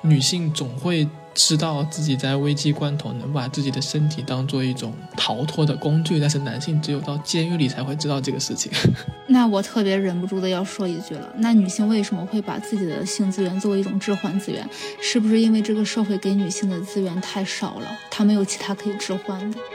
女性总会知道自己在危机关头能把自己的身体当做一种逃脱的工具，但是男性只有到监狱里才会知道这个事情。 那我特别忍不住的要说一句了，那女性为什么会把自己的性资源作为一种置换资源？是不是因为这个社会给女性的资源太少了，她没有其他可以置换的？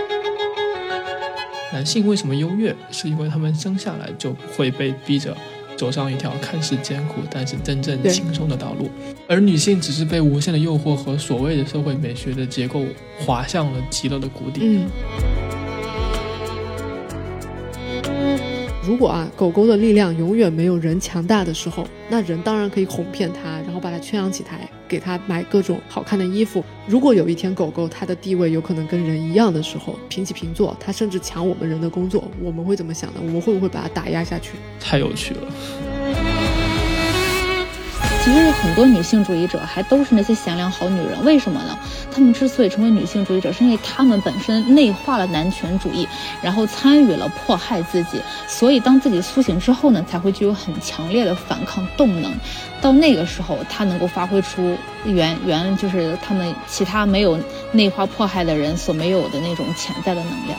男性为什么优越？是因为他们生下来就会被逼着走上一条看似艰苦但是真正轻松的道路，而女性只是被无限的诱惑和所谓的社会美学的结构滑向了极乐的谷底。 如果狗狗的力量永远没有人强大的时候，那人当然可以哄骗它，然后把它圈养起来，给它买各种好看的衣服。如果有一天狗狗它的地位有可能跟人一样的时候，平起平坐，它甚至抢我们人的工作，我们会怎么想呢？我们会不会把它打压下去？ 太有趣了。 其实很多女性主义者还都是那些贤良好女人，为什么呢？她们之所以成为女性主义者，是因为她们本身内化了男权主义，然后参与了迫害自己，所以当自己苏醒之后呢，才会具有很强烈的反抗动能。到那个时候，她能够发挥出就是她们其他没有内化迫害的人所没有的那种潜在的能量。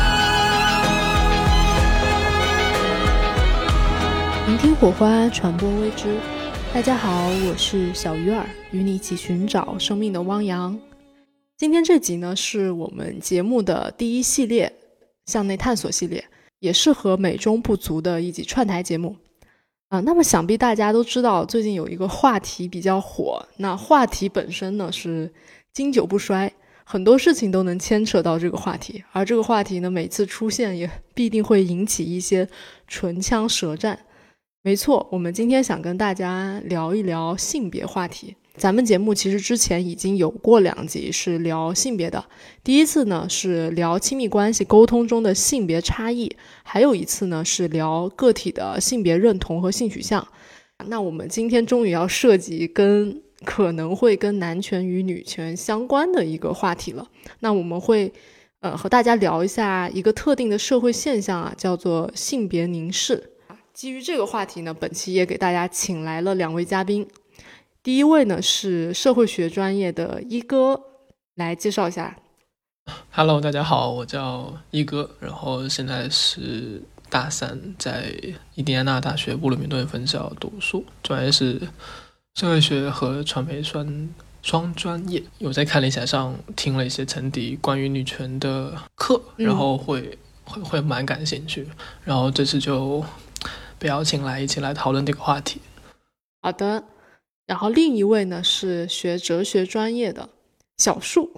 聆听火花，传播未知。大家好，我是小鱼儿，与你一起寻找生命的汪洋。今天这集呢，是我们节目的第一系列向内探索系列，也适合美中不足的一集串台节目那么想必大家都知道，最近有一个话题比较火，那话题本身呢是经久不衰，很多事情都能牵扯到这个话题，而这个话题呢，每次出现也必定会引起一些唇枪舌战。没错，我们今天想跟大家聊一聊性别话题。咱们节目其实之前已经有过2集是聊性别的，第一次呢是聊亲密关系沟通中的性别差异，还有一次呢是聊个体的性别认同和性取向。那我们今天终于要涉及可能会跟男权与女权相关的一个话题了。那我们会和大家聊一下一个特定的社会现象叫做性别凝视。基于这个话题呢，本期也给大家请来了2位嘉宾。第一位呢是社会学专业的一哥，来介绍一下。 Hello， 大家好，我叫一哥，然后现在是大3，在印第安纳大学布鲁明顿分校读书，专业是社会学和传媒双专业。有在看理想上听了一些陈迪关于女权的课，然后会蛮感兴趣，然后这次就被邀请来一起来讨论这个话题。 好的，然后另一位呢是学哲学专业的小树。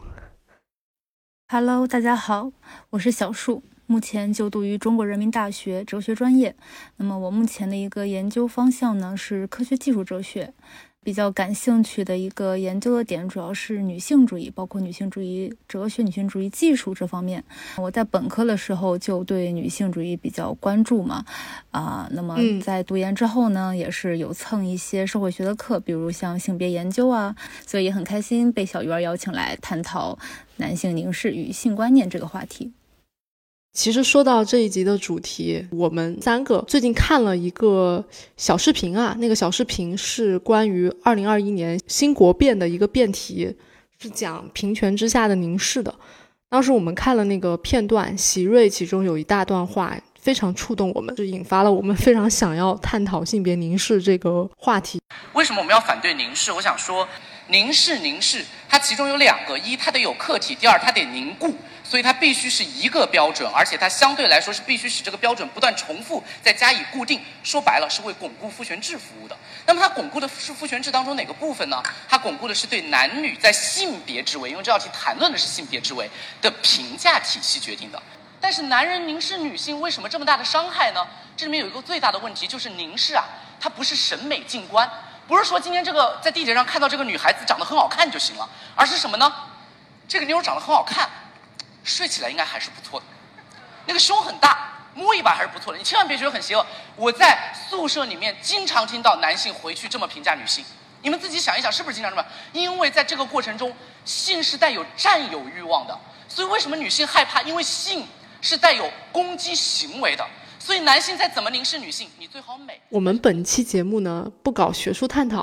Hello， 大家好，我是小树，目前就读于中国人民大学哲学专业。那么我目前的一个研究方向呢是科学技术哲学。比较感兴趣的一个研究的点主要是女性主义，包括女性主义哲学、女性主义技术这方面。我在本科的时候就对女性主义比较关注嘛，那么在读研之后呢，也是有蹭一些社会学的课，比如像性别研究啊，所以也很开心被小鱼儿邀请来探讨男性凝视与性观念这个话题。 其实说到这一集的主题，我们3个最近看了一个小视频那个小视频是关于2021年新国辩的一个辩题，是讲平权之下的凝视的。当时我们看了那个片段，席瑞其中有一大段话非常触动我们，就引发了我们非常想要探讨性别凝视这个话题。 为什么我们要反对凝视？我想说凝视它其中有2个，一它得有客体，第二它得凝固，所以它必须是一个标准，而且它相对来说是必须使这个标准不断重复再加以固定，说白了是为巩固父权制服务的。那么它巩固的是父权制当中哪个部分呢？它巩固的是对男女在性别之位，因为这道题谈论的是性别之位的评价体系决定的。但是男人凝视女性为什么这么大的伤害呢？这里面有一个最大的问题，就是凝视它不是审美静观，不是说今天这个在地铁上看到这个女孩子长得很好看就行了，而是什么呢？这个妞长得很好看，睡起来应该还是不错的，那个胸很大，摸一把还是不错的。你千万别觉得很邪恶。我在宿舍里面经常听到男性回去这么评价女性，你们自己想一想，是不是经常这么？因为在这个过程中，性是带有占有欲望的，所以为什么女性害怕？因为性是带有攻击行为的。所以男性再怎么凝视女性，你最好美。 我们本期节目呢不搞学术探讨，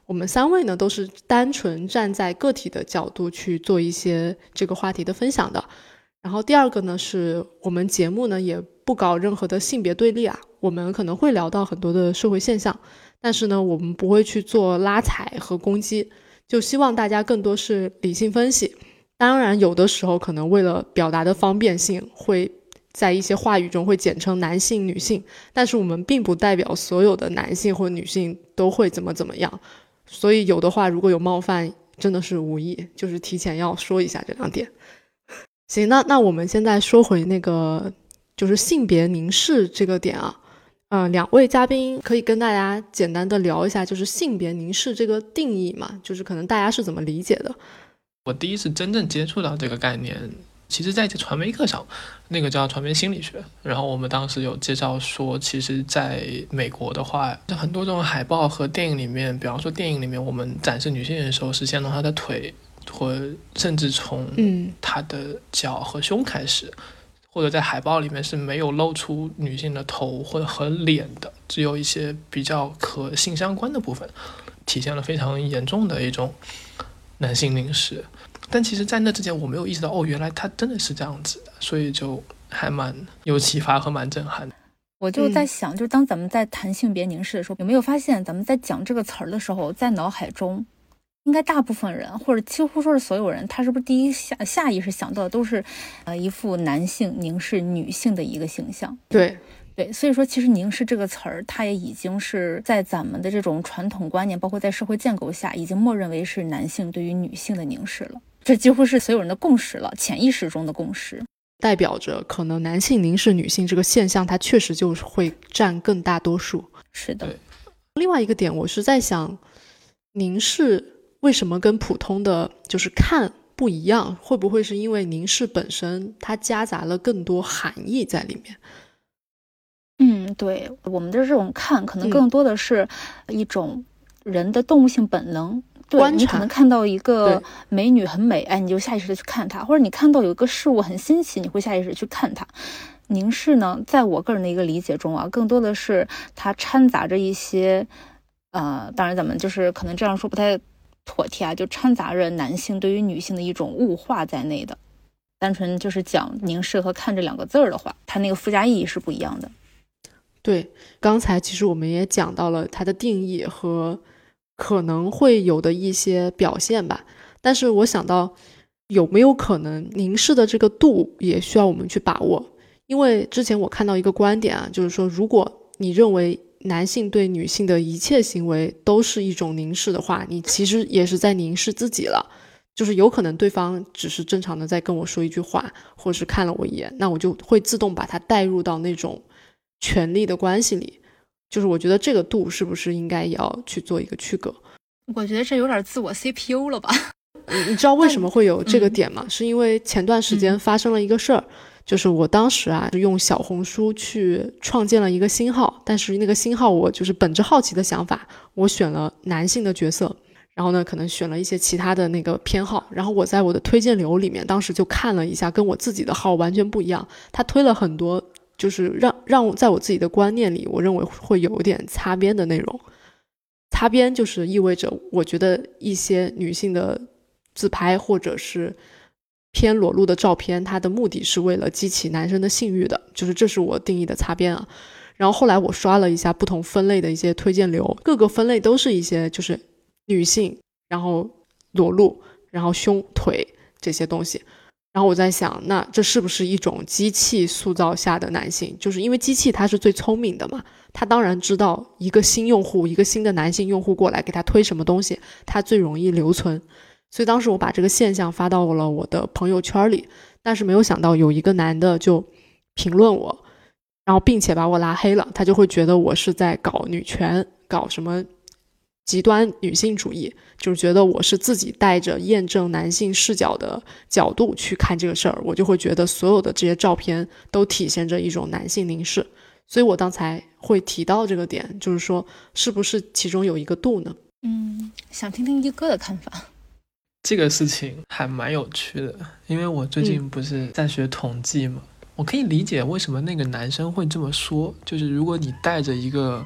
我们3位呢都是单纯站在个体的角度去做一些这个话题的分享的。然后第二个呢，是我们节目呢也不搞任何的性别对立啊，我们可能会聊到很多的社会现象，但是呢我们不会去做拉踩和攻击，就希望大家更多是理性分析。当然有的时候可能为了表达的方便性，会在一些话语中会简称男性女性，但是我们并不代表所有的男性或女性都会怎么样，所以有的话如果有冒犯真的是无意，就是提前要说一下这2点。行，那我们现在说回那个就是性别凝视这个点啊。2位嘉宾可以跟大家简单的聊一下就是性别凝视这个定义嘛，就是可能大家是怎么理解的。 我第一次真正接触到这个概念，其实在一节传媒课上，那个叫传媒心理学，然后我们当时有介绍说，其实在美国的话，很多这种海报和电影里面，比方说电影里面我们展示女性的时候是先从她的腿，或甚至从她的脚和胸开始，或者在海报里面是没有露出女性的头或者和脸的，只有一些比较和性相关的部分，体现了非常严重的一种男性凝视。但其实在那之前我没有意识到，原来它真的是这样子的，所以就还蛮有启发和蛮震撼的。 我就在想，就是当咱们在谈性别凝视的时候，有没有发现咱们在讲这个词儿的时候，在脑海中应该大部分人或者几乎说是所有人，他是不是第一下意识想到的都是一副男性凝视女性的一个形象？ 对， 所以说其实凝视这个词儿，它也已经是在咱们的这种传统观念，包括在社会建构下，已经默认为是男性对于女性的凝视了。这几乎是所有人的共识了，潜意识中的共识， 代表着可能男性凝视女性这个现象，它确实就会占更大多数。 是的。 另外一个点，我是在想，凝视为什么跟普通的就是看不一样？会不会是因为凝视本身它夹杂了更多含义在里面？ 对，我们的这种看可能更多的是一种人的动物性本能。对，你可能看到一个美女很美，你就下意识的去看她，或者你看到有一个事物很新奇，你会下意识去看它。凝视呢，在我个人的一个理解中啊，更多的是它掺杂着一些当然咱们就是可能这样说不太妥帖啊，就掺杂着男性对于女性的一种物化在内的。单纯就是讲凝视和看这2个字儿的话，它那个附加意义是不一样的。 对，刚才其实我们也讲到了它的定义和可能会有的一些表现吧，但是我想到有没有可能凝视的这个度也需要我们去把握。因为之前我看到一个观点啊，就是说如果你认为男性对女性的一切行为都是一种凝视的话，你其实也是在凝视自己了。就是有可能对方只是正常的在跟我说一句话，或者是看了我一眼，那我就会自动把它带入到那种权力的关系里。就是我觉得这个度是不是应该也要去做一个区隔？ 我觉得这有点自我 CPU 了吧。 你知道为什么会有这个点吗？是因为前段时间发生了一个事儿，就是我当时啊用小红书去创建了一个新号，但是那个新号我就是本着好奇的想法，我选了男性的角色，然后呢可能选了一些其他的那个偏好，然后我在我的推荐流里面当时就看了一下，跟我自己的号完全不一样，他推了很多就是让在我自己的观念里我认为会有点擦边的内容。擦边就是意味着我觉得一些女性的自拍或者是偏裸露的照片，它的目的是为了激起男生的性欲的，就是这是我定义的擦边啊。然后后来我刷了一下不同分类的一些推荐流，各个分类都是一些就是女性，然后裸露，然后胸腿这些东西。然后我在想，那这是不是一种机器塑造下的男性？就是因为机器它是最聪明的嘛，它当然知道一个新用户，一个新的男性用户过来给他推什么东西，它最容易留存。所以当时我把这个现象发到了我的朋友圈里，但是没有想到有一个男的就评论我，然后并且把我拉黑了。他就会觉得我是在搞女权，搞什么极端女性主义，就是觉得我是自己带着验证男性视角的角度去看这个事儿，我就会觉得所有的这些照片都体现着一种男性凝视。所以我刚才会提到这个点，就是说是不是其中有一个度呢？ 想听听一哥的看法。 这个事情还蛮有趣的，因为我最近不是在学统计嘛，我可以理解为什么那个男生会这么说，就是如果你带着一个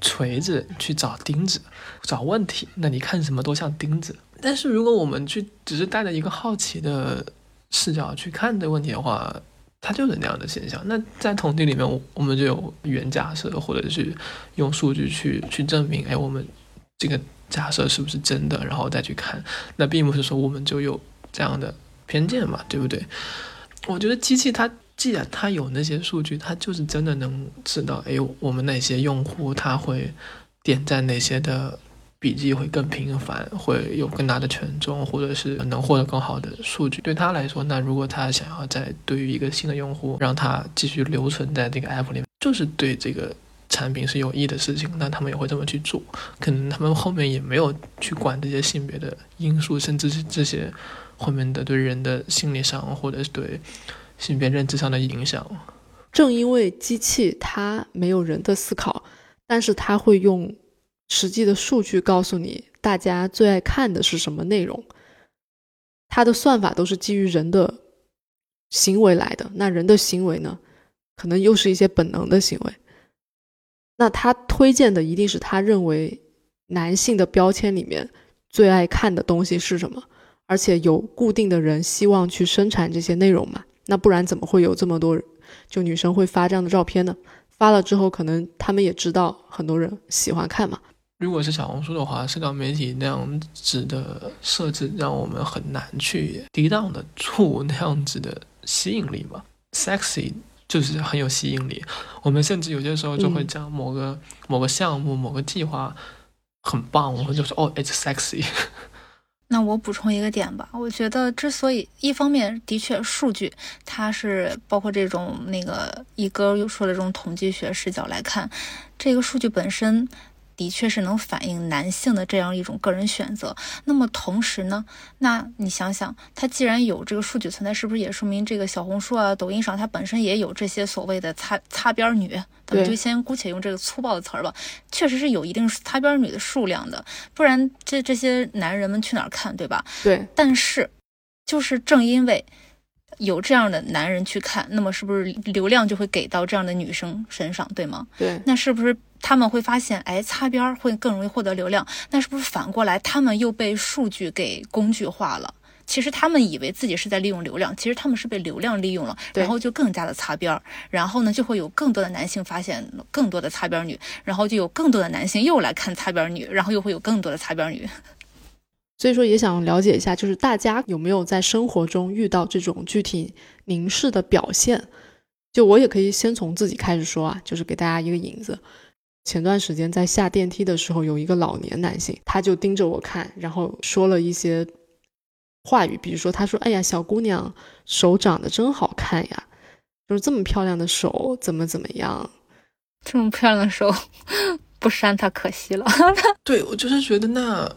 锤子去找钉子，找问题，那你看什么都像钉子。但是如果我们只是带着一个好奇的视角去看这个问题的话，它就是那样的现象。那在统计里面，我们就有原假设，或者是用数据去证明，我们这个假设是不是真的，然后再去看。那并不是说我们就有这样的偏见嘛，对不对？我觉得机器它既然它有那些数据，它就是真的能知道，我们哪些用户他会点赞哪些的笔记会更频繁，会有更大的权重，或者是能获得更好的数据。对他来说，那如果他想要在对于一个新的用户让他继续留存在这个 app 里面，就是对这个产品是有益的事情，那他们也会这么去做。可能他们后面也没有去管这些性别的因素，甚至是这些后面的对人的心理上或者是对性别认知上的影响。 正因为机器它没有人的思考，但是它会用实际的数据告诉你大家最爱看的是什么内容，它的算法都是基于人的行为来的。那人的行为呢，可能又是一些本能的行为，那他推荐的一定是他认为男性的标签里面最爱看的东西是什么，而且有固定的人希望去生产这些内容嘛，那不然怎么会有这么多就女生会发这样的照片呢？发了之后可能他们也知道很多人喜欢看嘛。 如果是小红书的话，社交媒体那样子的设置让我们很难去抵挡得住那样子的吸引力嘛。sexy 就是很有吸引力，我们甚至有些时候就会讲某个项目某个计划很棒，我们就说it's sexy。 那我补充一个点吧，我觉得之所以一方面的确数据它是包括这种一哥又说的这种统计学视角来看，这个数据本身的确是能反映男性的这样一种个人选择。那么同时呢，那你想想，它既然有这个数据存在，是不是也说明这个小红书啊、抖音上它本身也有这些所谓的擦边女？咱们就先姑且用这个粗暴的词儿吧，确实是有一定擦边女的数量的，不然这些男人们去哪儿看，对吧？ 对。 但是就是正因为有这样的男人去看，那么是不是流量就会给到这样的女生身上，对吗？ 对。 那是不是他们会发现，擦边会更容易获得流量？那是不是反过来，他们又被数据给工具化了？其实他们以为自己是在利用流量，其实他们是被流量利用了，然后就更加的擦边，然后呢就会有更多的男性发现更多的擦边女，然后就有更多的男性又来看擦边女，然后又会有更多的擦边女。 所以说也想了解一下，就是大家有没有在生活中遇到这种具体凝视的表现？就我也可以先从自己开始说啊，就是给大家一个引子。前段时间在下电梯的时候，有一个老年男性，他就盯着我看，然后说了一些话语，比如说他说：“哎呀，小姑娘手长得真好看呀，就是这么漂亮的手，怎么样？ 这么漂亮的手，不扇他可惜了。” 对，我就是觉得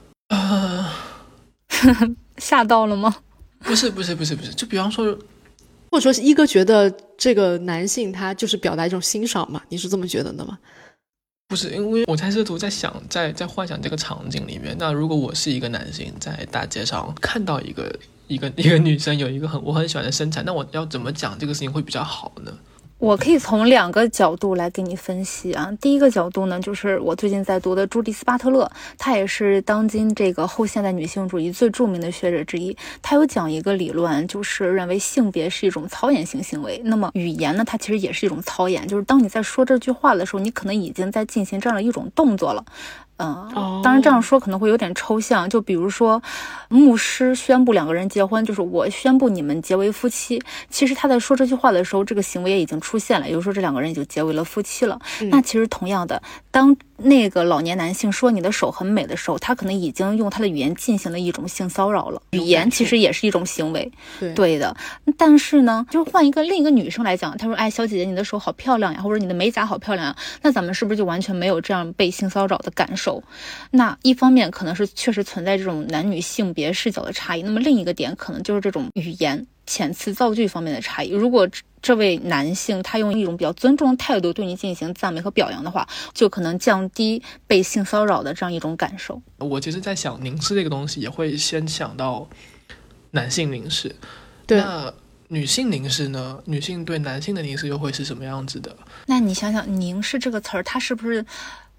吓到了吗？ 不是，就比方说， 或者说一哥觉得这个男性他就是表达一种欣赏嘛？你是这么觉得的吗？ 不是，因为我在试图在想，在幻想这个场景里面，那如果我是一个男性，在大街上看到一个女生有一个我很喜欢的身材，那我要怎么讲这个事情会比较好呢？ 我可以从两个角度来给你分析啊。第一个角度呢，就是我最近在读的朱迪斯·巴特勒，她也是当今这个后现代女性主义最著名的学者之一。她有讲一个理论，就是认为性别是一种操演性行为。那么语言呢，它其实也是一种操演，就是当你在说这句话的时候，你可能已经在进行这样的一种动作了。当然这样说可能会有点抽象，就比如说牧师宣布两个人结婚，就是我宣布你们结为夫妻，其实他在说这句话的时候，这个行为也已经出现了，也就是说这两个人已经结为了夫妻了。那其实同样的，当那个老年男性说你的手很美的时候，他可能已经用他的语言进行了一种性骚扰了。语言其实也是一种行为，对的。但是呢，就换另一个女生来讲，她说哎，小姐姐你的手好漂亮呀，或者你的美甲好漂亮呀，那咱们是不是就完全没有这样被性骚扰的感受？那一方面可能是确实存在这种男女性别视角的差异，那么另一个点可能就是这种语言遣词造句方面的差异。如果这位男性他用一种比较尊重的态度对你进行赞美和表扬的话，就可能降低被性骚扰的这样一种感受。 我其实在想凝视这个东西也会先想到男性凝视， 对， 那女性凝视呢？女性对男性的凝视又会是什么样子的？ 那你想想凝视这个词儿，它是不是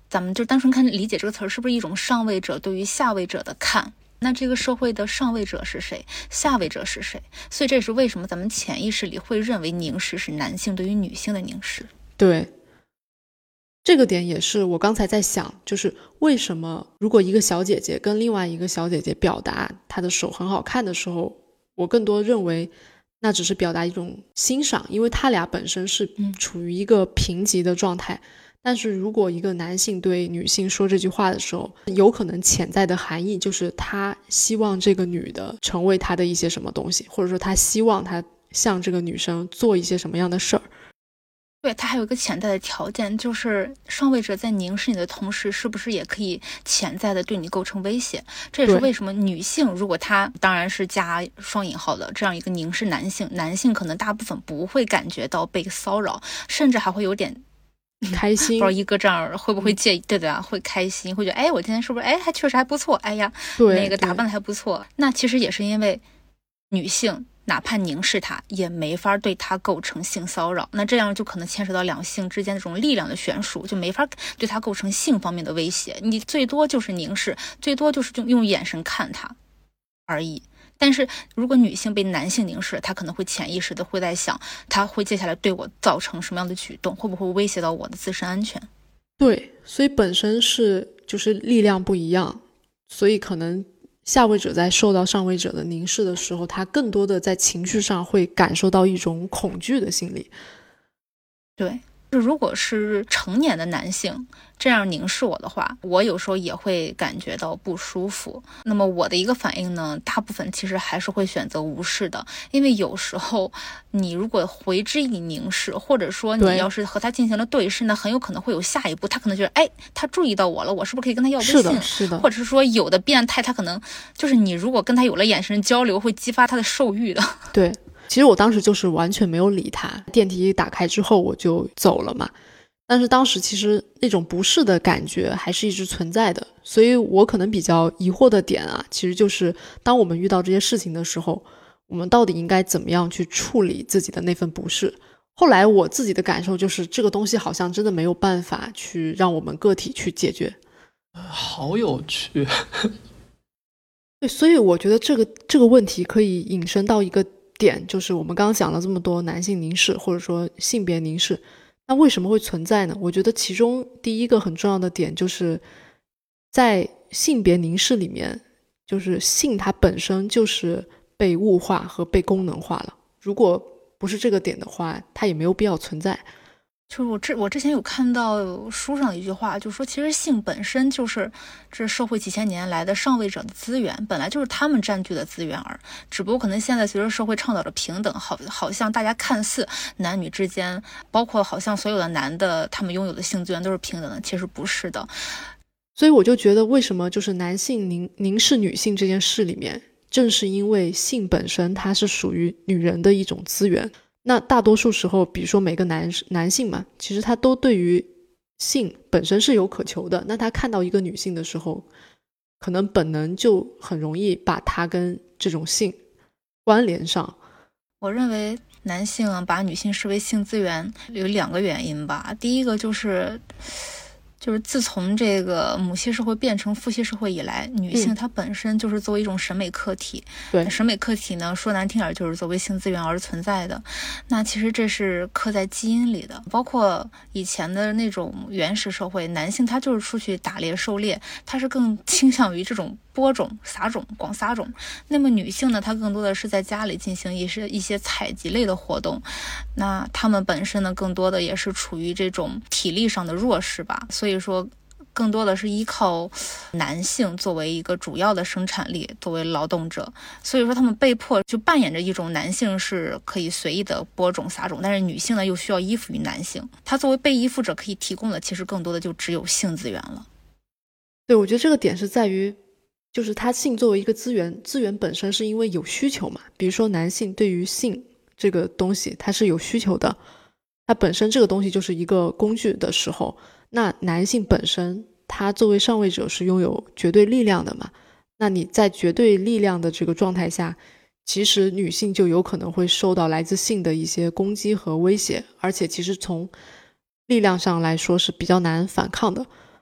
咱们就单纯看理解这个词儿，是不是一种上位者对于下位者的看？那这个社会的上位者是谁？下位者是谁？所以这是为什么咱们潜意识里会认为凝视是男性对于女性的凝视。 对，这个点也是我刚才在想，就是为什么如果一个小姐姐跟另外一个小姐姐表达她的手很好看的时候，我更多认为那只是表达一种欣赏，因为他俩本身是处于一个平级的状态。但是如果一个男性对女性说这句话的时候，有可能潜在的含义就是他希望这个女的成为他的一些什么东西，或者说他希望他向这个女生做一些什么样的事儿。 对，他还有一个潜在的条件，就是上位者在凝视你的同时，是不是也可以潜在的对你构成威胁？这也是为什么女性如果她当然是加双引号的这样一个凝视男性，男性可能大部分不会感觉到被骚扰，甚至还会有点开心， 不知道一哥这样会不会介意？对的啊，会开心，会觉得哎，我今天是不是哎，还确实还不错，哎呀，那个打扮的还不错。那其实也是因为女性哪怕凝视他，也没法对他构成性骚扰。那这样就可能牵扯到两性之间这种力量的悬殊，就没法对他构成性方面的威胁。你最多就是凝视，最多就是用眼神看他而已。但是如果女性被男性凝视，她可能会潜意识的会在想，他会接下来对我造成什么样的举动，会不会威胁到我的自身安全。 对，所以本身是就是力量不一样，所以可能下位者在受到上位者的凝视的时候，他更多的在情绪上会感受到一种恐惧的心理。 对，如果是成年的男性这样凝视我的话，我有时候也会感觉到不舒服。那么我的一个反应呢，大部分其实还是会选择无视的，因为有时候你如果回之以凝视，或者说你要是和他进行了对视，那很有可能会有下一步，他可能觉得哎，他注意到我了，我是不是可以跟他要微信？ 是的。 或者是说有的变态他可能就是你如果跟他有了眼神交流，会激发他的兽欲的。 对，其实我当时就是完全没有理他，电梯打开之后我就走了嘛。但是当时其实那种不适的感觉还是一直存在的，所以我可能比较疑惑的点啊，其实就是当我们遇到这些事情的时候，我们到底应该怎么样去处理自己的那份不适。后来我自己的感受就是这个东西好像真的没有办法去让我们个体去解决。 好有趣。 对，所以我觉得这个问题可以引申到一个点，就是我们刚刚讲了这么多男性凝视或者说性别凝视，那为什么会存在呢？我觉得其中第一个很重要的点就是在性别凝视里面，就是性它本身就是被物化和被功能化了，如果不是这个点的话，它也没有必要存在。 就是我之前有看到书上的一句话，就说其实性本身就是这社会几千年来的上位者的资源，本来就是他们占据的资源，只不过可能现在随着社会倡导着平等，好像大家看似男女之间，包括好像所有的男的他们拥有的性资源都是平等的，其实不是的。 所以我就觉得为什么就是男性凝视女性这件事里面，正是因为性本身它是属于女人的一种资源。那大多数时候比如说每个男性嘛，其实他都对于性本身是有渴求的，那他看到一个女性的时候，可能本能就很容易把它跟这种性关联上。 我认为男性把女性视为性资源有两个原因吧。第一个就是自从这个母系社会变成父系社会以来，女性她本身就是作为一种审美客体。 对， 审美客体呢，说难听点就是作为性资源而存在的。那其实这是刻在基因里的，包括以前的那种原始社会，男性他就是出去打猎狩猎，他是更倾向于这种播种撒种广撒种。那么女性呢，她更多的是在家里进行一些采集类的活动，那她们本身呢更多的也是处于这种体力上的弱势吧，所以说更多的是依靠男性作为一个主要的生产力，作为劳动者，所以说他们被迫就扮演着一种男性是可以随意的播种撒种，但是女性呢又需要依附于男性，她作为被依附者可以提供的其实更多的就只有性资源了。 对，我觉得这个点是在于就是它性作为一个资源本身是因为有需求嘛，比如说男性对于性这个东西它是有需求的，它本身这个东西就是一个工具的时候，那男性本身他作为上位者是拥有绝对力量的嘛，那你在绝对力量的这个状态下，其实女性就有可能会受到来自性的一些攻击和威胁，而且其实从力量上来说是比较难反抗的。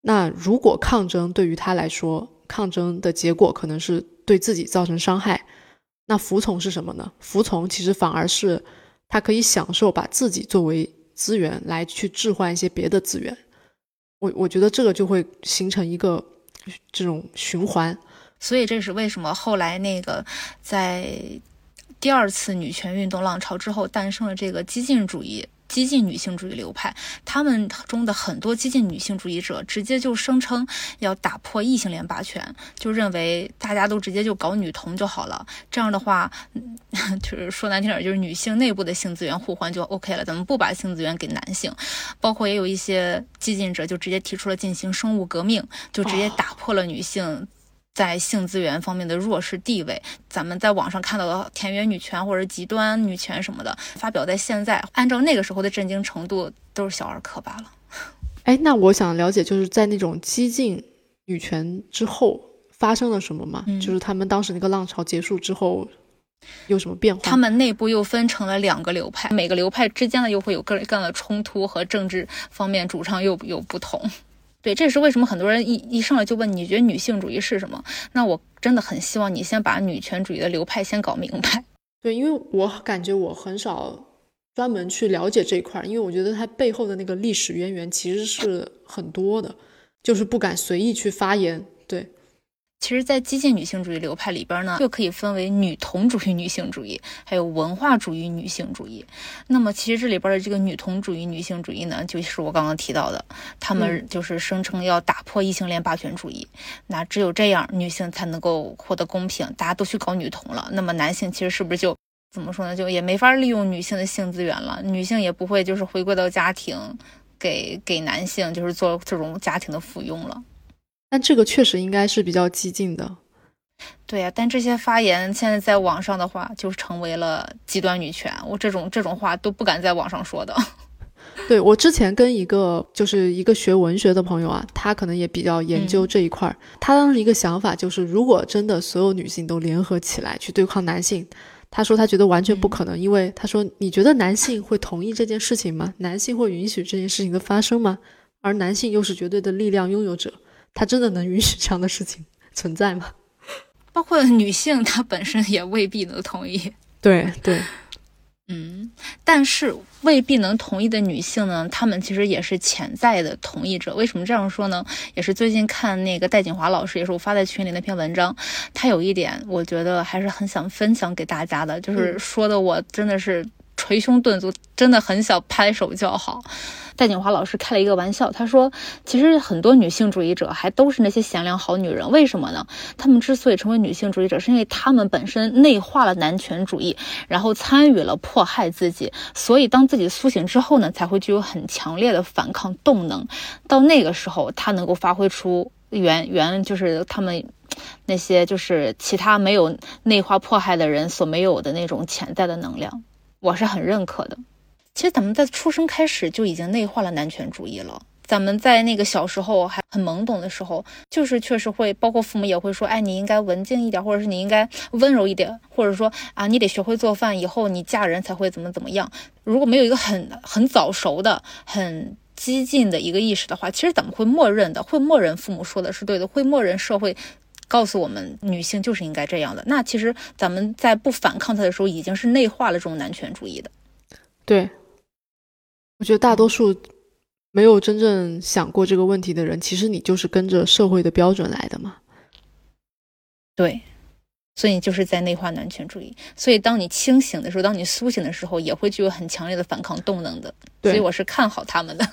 那如果抗争对于他来说，抗争的结果可能是对自己造成伤害，那服从是什么呢？服从其实反而是他可以享受把自己作为资源来去置换一些别的资源。我觉得这个就会形成一个这种循环。 所以这是为什么后来那个在第二次女权运动浪潮之后诞生了这个激进女性主义流派，他们中的很多激进女性主义者直接就声称要打破异性恋霸权，就认为大家都直接就搞女同就好了，这样的话就是说难听点，就是女性内部的性资源互换就 OK 了，咱们不把性资源给男性。包括也有一些激进者就直接提出了进行生物革命，就直接打破了女性在性资源方面的弱势地位。咱们在网上看到的田园女权或者极端女权什么的，发表在现在，按照那个时候的震惊程度，都是小儿科罢了。 那我想了解，就是在那种激进女权之后发生了什么吗？就是他们当时那个浪潮结束之后有什么变化？ 他们内部又分成了2个流派，每个流派之间呢又会有各样的冲突，和政治方面主张又有不同。对，这是为什么很多人一上来就问你觉得女性主义是什么？那我真的很希望你先把女权主义的流派先搞明白。 对，因为我感觉我很少专门去了解这一块，因为我觉得它背后的那个历史渊源其实是很多的，就是不敢随意去发言。对， 其实在激进女性主义流派里边呢，又可以分为女同主义女性主义，还有文化主义女性主义。那么其实这里边的这个女同主义女性主义呢，就是我刚刚提到的，他们就是声称要打破异性恋霸权主义，那只有这样女性才能够获得公平，大家都去搞女同了，那么男性其实是不是就怎么说呢，就也没法利用女性的性资源了，女性也不会就是回归到家庭给男性就是做这种家庭的附庸了。 但这个确实应该是比较激进的。 对呀，但这些发言现在在网上的话就成为了极端女权，我这种话都不敢在网上说的。 对，我之前跟一个学文学的朋友啊，他可能也比较研究这一块，他当时一个想法就是，如果真的所有女性都联合起来去对抗男性，他说他觉得完全不可能，因为他说你觉得男性会同意这件事情吗？男性会允许这件事情的发生吗？而男性又是绝对的力量拥有者，他真的能允许这样的事情存在吗？ 包括女性她本身也未必能同意。 对对， 但是未必能同意的女性呢，她们其实也是潜在的同意者。为什么这样说呢？也是最近看那个戴锦华老师，也是我发在群里那篇文章，他有一点我觉得还是很想分享给大家的，就是说的我真的是捶胸顿足，真的很想拍手叫好。戴锦华老师开了一个玩笑，他说其实很多女性主义者还都是那些贤良好女人，为什么呢？她们之所以成为女性主义者，是因为她们本身内化了男权主义，然后参与了迫害自己，所以当自己苏醒之后呢，才会具有很强烈的反抗动能，到那个时候她能够发挥出就是他们那些就是其他没有内化迫害的人所没有的那种潜在的能量，我是很认可的。其实咱们在出生开始就已经内化了男权主义了，咱们在那个小时候还很懵懂的时候，就是确实会，包括父母也会说，你应该文静一点，或者是你应该温柔一点，或者说你得学会做饭，以后你嫁人才会怎么样。如果没有一个很早熟的很激进的一个意识的话，其实咱们会默认父母说的是对的，会默认社会告诉我们女性就是应该这样的。那其实咱们在不反抗它的时候，已经是内化了这种男权主义的。 对，我觉得大多数没有真正想过这个问题的人，其实你就是跟着社会的标准来的嘛。 对，所以你就是在内化男权主义。所以当你清醒的时候，当你苏醒的时候，也会具有很强烈的反抗动能的。所以我是看好他们的。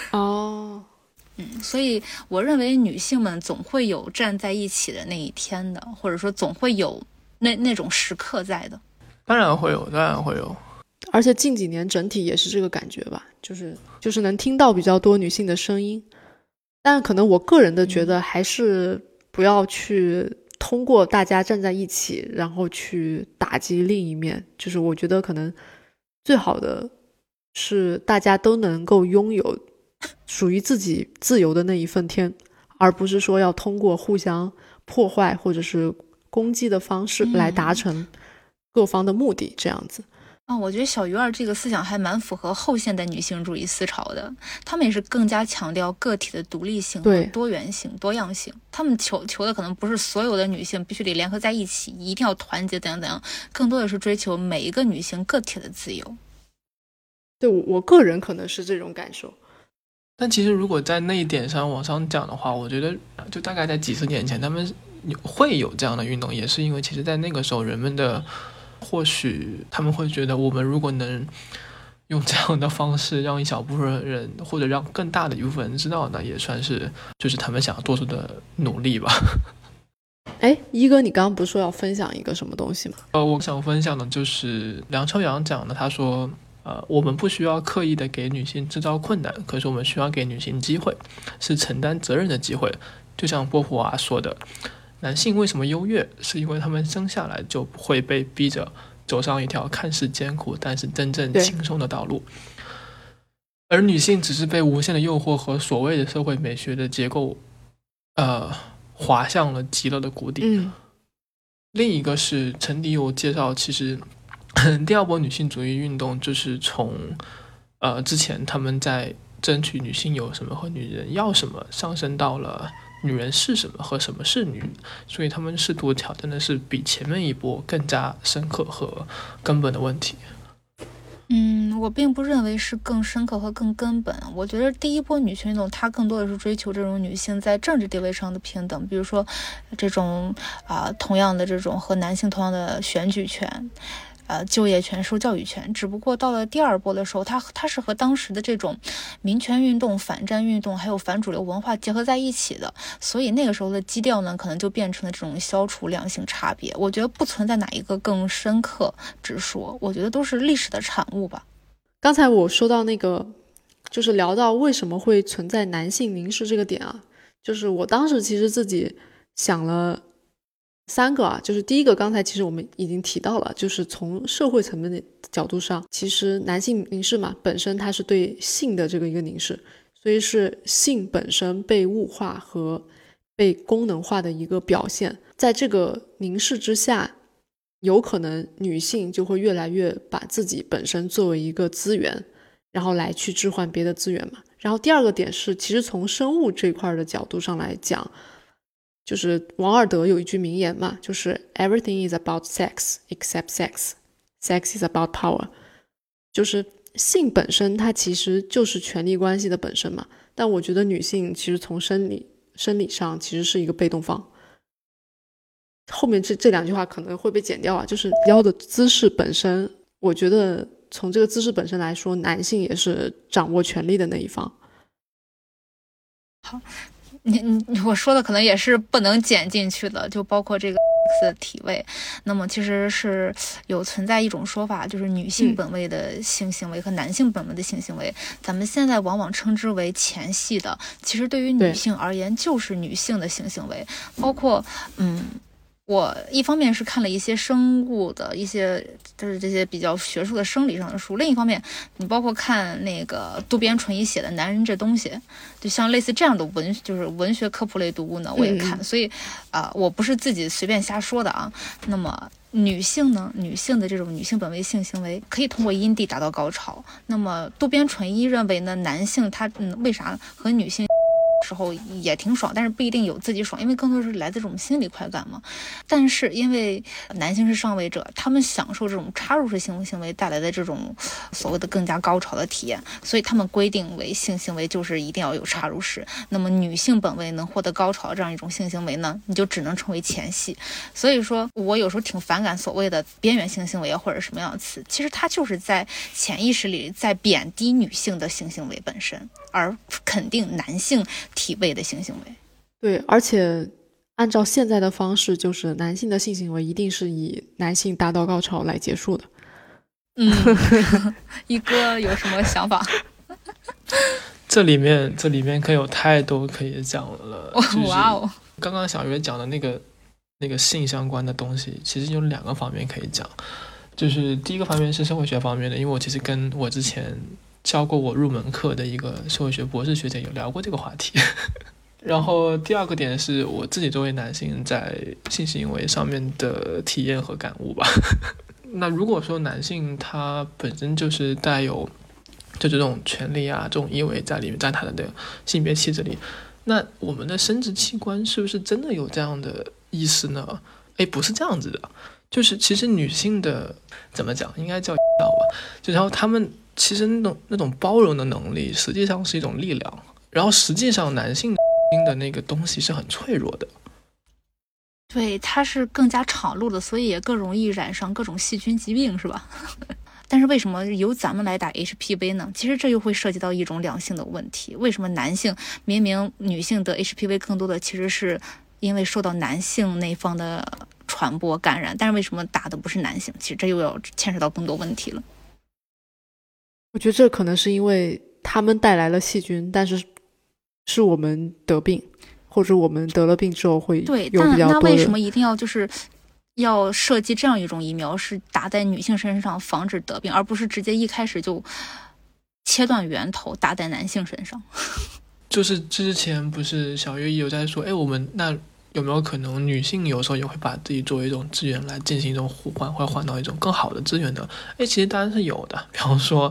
所以我认为女性们总会有站在一起的那一天的，或者说总会有那种时刻在的。 当然会有。 而且近几年整体也是这个感觉吧，就是能听到比较多女性的声音，但可能我个人的觉得还是不要去通过大家站在一起然后去打击另一面，就是我觉得可能最好的是大家都能够拥有属于自己自由的那一份天，而不是说要通过互相破坏或者是攻击的方式来达成各方的目的，这样子。 我觉得小鱼儿这个思想还蛮符合后现代女性主义思潮的，他们也是更加强调个体的独立性和多元性、多样性。他们求的可能不是所有的女性必须得联合在一起，一定要团结怎样怎样，更多的是追求每一个女性个体的自由。 对，我个人可能是这种感受。 但其实如果在那一点上往上讲的话，我觉得就大概在几十年前他们会有这样的运动，也是因为其实在那个时候人们的或许他们会觉得，我们如果能用这样的方式让一小部分人或者让更大的一部分人知道，那也算是就是他们想要做出的努力吧。 一哥，你刚刚不是说要分享一个什么东西吗？ 我想分享的就是梁朝阳讲的，他说我们不需要刻意的给女性制造困难，可是我们需要给女性机会，是承担责任的机会。就像波普娃说的，男性为什么优越，是因为他们生下来就不会被逼着走上一条看似艰苦但是真正轻松的道路，而女性只是被无限的诱惑和所谓的社会美学的结构滑向了极乐的谷底。另一个是陈迪有介绍，其实第二波女性主义运动就是从之前他们在争取女性有什么和女人要什么，上升到了女人是什么和什么是女人，所以他们试图挑战的是比前面一波更加深刻和根本的问题。 我并不认为是更深刻和更根本。我觉得第一波女权运动它更多的是追求这种女性在政治地位上的平等，比如说这种同样的这种和男性同样的选举权、就业权、受教育权。只不过到了第二波的时候，它是和当时的这种民权运动、反战运动还有反主流文化结合在一起的，所以那个时候的基调呢，可能就变成了这种消除两性差别。我觉得不存在哪一个更深刻之说，我觉得都是历史的产物吧。 刚才我说到那个，就是聊到为什么会存在男性凝视这个点啊，就是我当时其实自己想了3个啊，就是第一个，刚才其实我们已经提到了，就是从社会层面的角度上，其实男性凝视嘛，本身它是对性的这个一个凝视，所以是性本身被物化和被功能化的一个表现。在这个凝视之下，有可能女性就会越来越把自己本身作为一个资源，然后来去置换别的资源嘛。然后第二个点是，其实从生物这块的角度上来讲，就是王尔德有一句名言嘛，就是 Everything is about sex except sex. Sex is about power. 就是性本身它其实就是权力关系的本身嘛。但我觉得女性其实从生理上其实是一个被动方。后面这两句话可能会被剪掉啊，就是腰的姿势本身，我觉得从这个姿势本身来说，男性也是掌握权力的那一方。 好，我说的可能也是不能剪进去的，就包括这个的体位。那么其实是有存在一种说法，就是女性本位的性行为和男性本位的性行为，咱们现在往往称之为前戏的，其实对于女性而言就是女性的性行为，包括我一方面是看了一些生物的一些就是这些比较学术的生理上的书，另一方面你包括看那个渡边淳一写的《男人这东西》，就像类似这样的就是文学科普类读物呢，我也看。所以我不是自己随便瞎说的啊。那么女性的这种女性本位性行为可以通过阴蒂达到高潮。那么渡边淳一认为呢，男性他为啥和女性时候也挺爽，但是不一定有自己爽，因为更多是来自这种心理快感嘛。但是因为男性是上位者，他们享受这种插入式性行为带来的这种所谓的更加高潮的体验，所以他们规定为性行为就是一定要有插入式。那么女性本位能获得高潮这样一种性行为呢，你就只能称为前戏。所以说我有时候挺反感所谓的边缘性行为或者什么样的词，其实它就是在潜意识里在贬低女性的性行为本身，而肯定男性体位的性行为。 对，而且按照现在的方式，就是男性的性行为一定是以男性达到高潮来结束的。 一哥有什么想法？ 这里面可有太多可以讲了。 哇哦！ 刚刚小月讲的那个性相关的东西，其实有2个方面可以讲。就是第一个方面是社会学方面的，因为我其实跟我之前教过我入门课的一个社会学博士学姐有聊过这个话题。然后第二个点是我自己作为男性在性行为上面的体验和感悟吧。 那如果说男性他本身就是带有就这种权利啊，这种意味在里面，在他的那个性别气质里，那我们的生殖器官是不是真的有这样的意思呢？不是这样子的，就是其实女性的怎么讲，应该叫吧，就然后他们其实那种包容的能力，实际上是一种力量，然后实际上男性的那个东西是很脆弱的。 对，它是更加敞露的，所以也更容易染上各种细菌疾病，是吧？但是为什么由咱们来打 HPV 呢？其实这又会涉及到一种两性的问题。为什么男性明明女性得 HPV 更多的其实是因为受到男性那方的传播感染，但是为什么打的不是男性？其实这又要牵扯到更多问题了。 我觉得这可能是因为他们带来了细菌，但是是我们得病，或者我们得了病之后会有比较多的。 对，但那为什么一定要要设计这样一种疫苗，是打在女性身上防止得病，而不是直接一开始就切断源头打在男性身上？ 就是之前不是小月有在说，我们那有没有可能女性有时候也会把自己作为一种资源来进行一种互换，会换到一种更好的资源呢？其实当然是有的。比方说，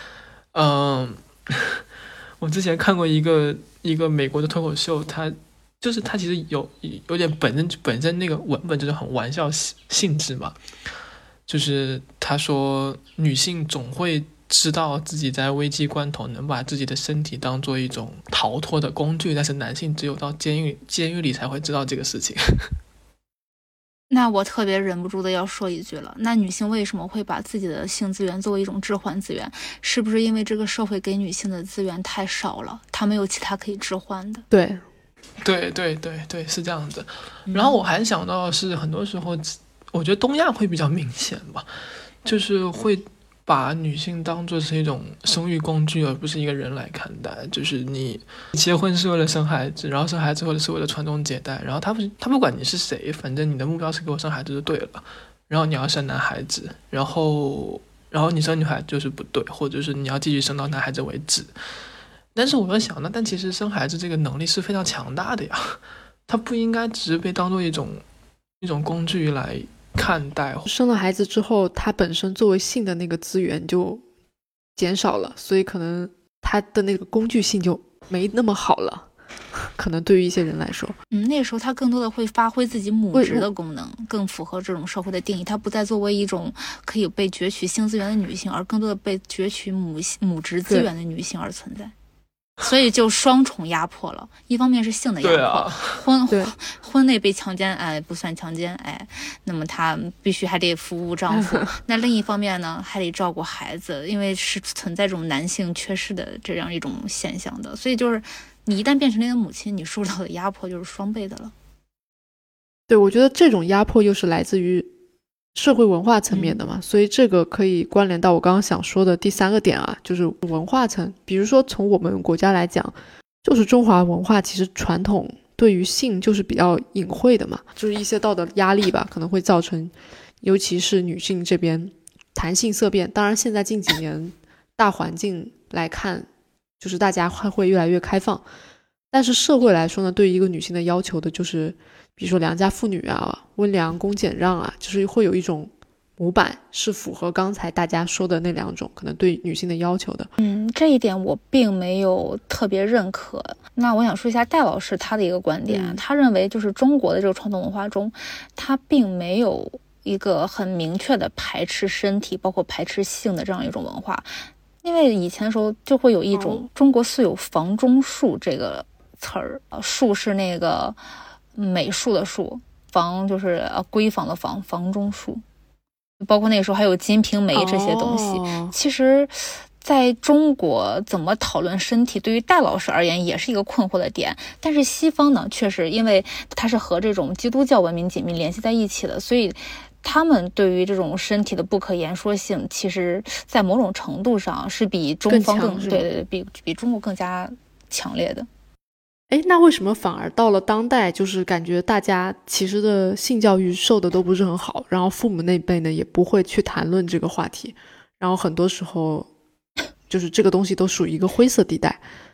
我之前看过一个美国的脱口秀，他其实有点本身那个文本就是很玩笑性质嘛，就是他说女性总会知道自己在危机关头能把自己的身体当做一种逃脱的工具，但是男性只有到监狱里才会知道这个事情。 那我特别忍不住的要说一句了，那女性为什么会把自己的性资源作为一种置换资源？是不是因为这个社会给女性的资源太少了，她没有其他可以置换的？ 对，是这样子。然后我还想到的是，很多时候我觉得东亚会比较明显吧，就是会把女性当作是一种生育工具，而不是一个人来看待。就是你结婚是为了生孩子，然后生孩子或者是为了传宗接代，然后他不管你是谁，反正你的目标是给我生孩子就对了。然后你要生男孩子，然后你生女孩就是不对，或者是你要继续生到男孩子为止。但是我在想呢，但其实生孩子这个能力是非常强大的呀，它不应该只是被当做一种工具来看待。 生了孩子之后，它本身作为性的那个资源就减少了，所以可能它的那个工具性就没那么好了。可能对于一些人来说， 那个时候他更多的会发挥自己母职的功能，更符合这种社会的定义。他不再作为一种可以被攫取性资源的女性，而更多的被攫取母职资源的女性而存在。所以就双重压迫了，一方面是性的压迫，婚内被强奸，不算强奸，那么她必须还得服务丈夫。那另一方面呢，还得照顾孩子，因为是存在这种男性缺失的这样一种现象的。所以就是你一旦变成了一个母亲，你受到的压迫就是双倍的了。 对，我觉得这种压迫又是来自于社会文化层面的嘛，所以这个可以关联到我刚刚想说的第三个点啊，就是文化层。比如说从我们国家来讲，就是中华文化其实传统对于性就是比较隐晦的嘛，就是一些道德压力吧，可能会造成尤其是女性这边谈性色变。当然现在近几年大环境来看，就是大家会越来越开放，但是社会来说呢，对于一个女性的要求的就是比如说良家妇女啊，温良恭俭让啊，就是会有一种模板是符合刚才大家说的那两种可能对女性的要求的。 这一点我并没有特别认可。那我想说一下戴老师他的一个观点，他认为就是中国的这个传统文化中，他并没有一个很明确的排斥身体包括排斥性的这样一种文化。因为以前的时候就会有一种中国素有房中术这个词儿，术是那个美术的术，房就是闺房的房，房中术。包括那个时候还有金瓶梅这些东西。其实在中国怎么讨论身体对于戴老师而言也是一个困惑的点，但是西方呢确实因为它是和这种基督教文明紧密联系在一起的，所以他们对于这种身体的不可言说性其实在某种程度上是比中方比中国更加强烈的。 那为什么反而到了当代，就是感觉大家其实的性教育受的都不是很好，然后父母那辈呢也不会去谈论这个话题，然后很多时候就是这个东西都属于一个灰色地带。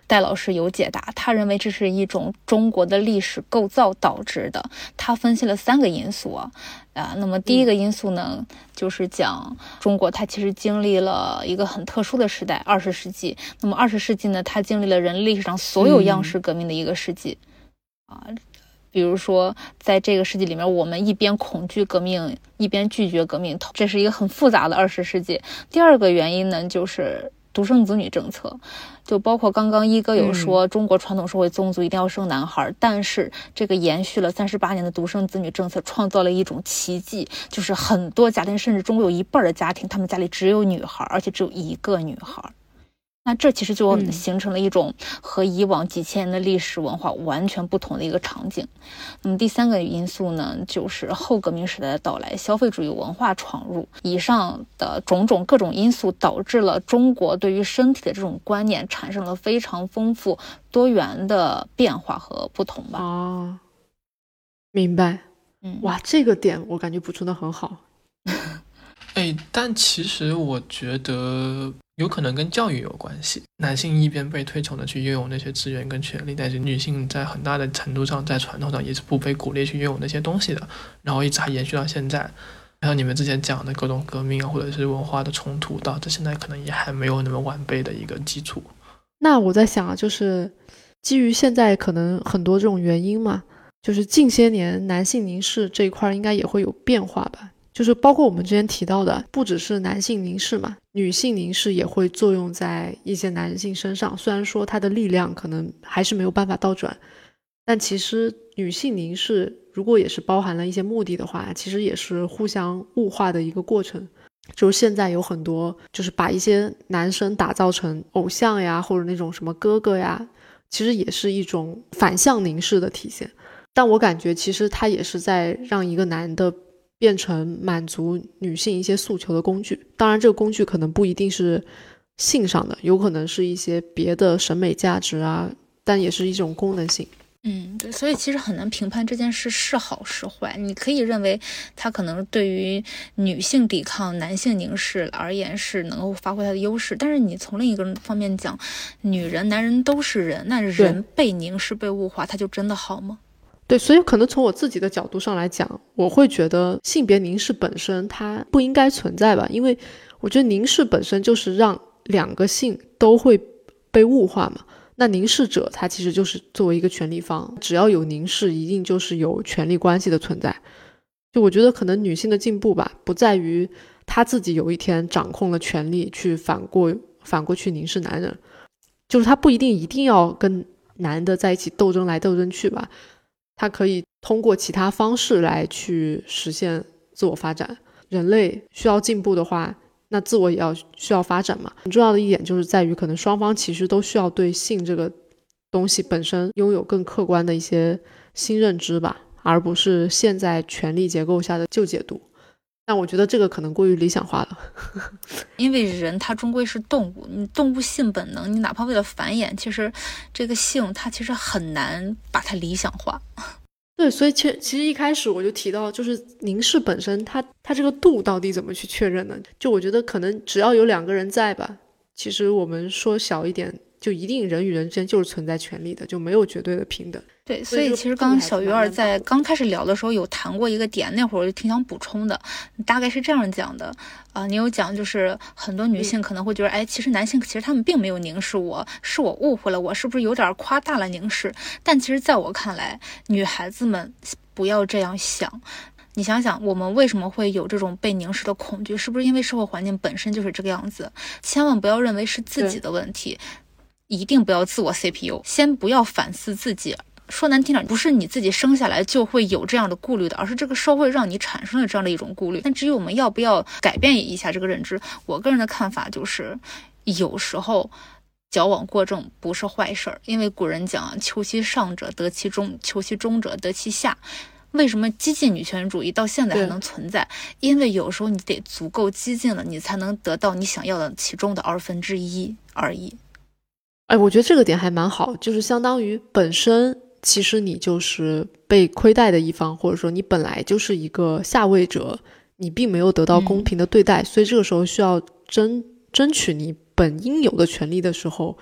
戴老师有解答，他认为这是一种中国的历史构造导致的。他分析了3个因素那么第一个因素呢，就是讲中国它其实经历了一个很特殊的时代，20世纪。那么20世纪呢，它经历了人类历史上所有样式革命的一个世纪比如说在这个世纪里面，我们一边恐惧革命，一边拒绝革命，这是一个很复杂的20世纪。第二个原因呢，就是独生子女政策，就包括刚刚一哥有说中国传统社会宗族一定要生男孩，但是这个延续了38年的独生子女政策创造了一种奇迹，就是很多家庭，甚至中国有一半的家庭，他们家里只有女孩，而且只有一个女孩。那这其实就形成了一种和以往几千年的历史文化完全不同的一个场景。那么第3个因素呢，就是后革命时代的到来，消费主义文化闯入。以上的种种各种因素导致了中国对于身体的这种观念产生了非常丰富多元的变化和不同吧。 明白。哇，这个点我感觉补充的很好。 但其实我觉得有可能跟教育有关系。男性一边被推崇的去拥有那些资源跟权利，但是女性在很大的程度上在传统上也是不被鼓励去拥有那些东西的，然后一直还延续到现在。像你们之前讲的各种革命或者是文化的冲突，导致现在可能也还没有那么完备的一个基础。 那我在想就是基于现在可能很多这种原因嘛，就是近些年男性凝视这一块应该也会有变化吧。就是包括我们之前提到的，不只是男性凝视嘛，女性凝视也会作用在一些男性身上。虽然说它的力量可能还是没有办法倒转，但其实女性凝视如果也是包含了一些目的的话，其实也是互相物化的一个过程。就是现在有很多就是把一些男生打造成偶像呀，或者那种什么哥哥呀，其实也是一种反向凝视的体现。但我感觉其实它也是在让一个男的变成满足女性一些诉求的工具。当然这个工具可能不一定是性上的，有可能是一些别的审美价值但也是一种功能性。 对，所以其实很难评判这件事是好是坏。你可以认为它可能对于女性抵抗男性凝视而言是能够发挥它的优势，但是你从另一个方面讲，女人男人都是人，那人被凝视被物化，它就真的好吗？ 对，所以可能从我自己的角度上来讲，我会觉得性别凝视本身它不应该存在吧，因为我觉得凝视本身就是让2个性都会被物化嘛。那凝视者他其实就是作为一个权力方，只要有凝视一定就是有权力关系的存在。就我觉得可能女性的进步吧，不在于她自己有一天掌控了权力去反过去凝视男人，就是她不一定要跟男的在一起斗争来斗争去吧，它可以通过其他方式来去实现自我发展。人类需要进步的话，那自我也需要发展嘛。很重要的一点就是在于可能双方其实都需要对性这个东西本身拥有更客观的一些新认知吧，而不是现在权力结构下的旧解读。但我觉得这个可能过于理想化了。 因为人他终归是动物，你动物性本能，你哪怕为了繁衍，其实这个性它其实很难把它理想化。 对，所以其实一开始我就提到，就是凝视本身它这个度到底怎么去确认呢？就我觉得可能只要有2个人在吧，其实我们说小一点，就一定人与人之间就是存在权利的，就没有绝对的平等。 对，所以其实刚刚小鱼儿在刚开始聊的时候有谈过一个点，那会儿我就挺想补充的，大概是这样讲的你有讲就是很多女性可能会觉得其实男性其实他们并没有凝视我，是我误会了，我是不是有点夸大了凝视？但其实在我看来，女孩子们不要这样想。你想想我们为什么会有这种被凝视的恐惧，是不是因为社会环境本身就是这个样子？千万不要认为是自己的问题，一定不要自我 CPU， 先不要反思自己。说难听点，不是你自己生下来就会有这样的顾虑的，而是这个社会让你产生了这样的一种顾虑。但至于我们要不要改变一下这个认知，我个人的看法就是有时候矫枉过正不是坏事儿，因为古人讲求其上者得其中，求其中者得其下。为什么激进女权主义到现在还能存在？因为有时候你得足够激进了，你才能得到你想要的其中的1/2而已。 我觉得这个点还蛮好，就是相当于本身其实你就是被亏待的一方，或者说你本来就是一个下位者，你并没有得到公平的对待，所以这个时候需要争取你本应有的权利的时候，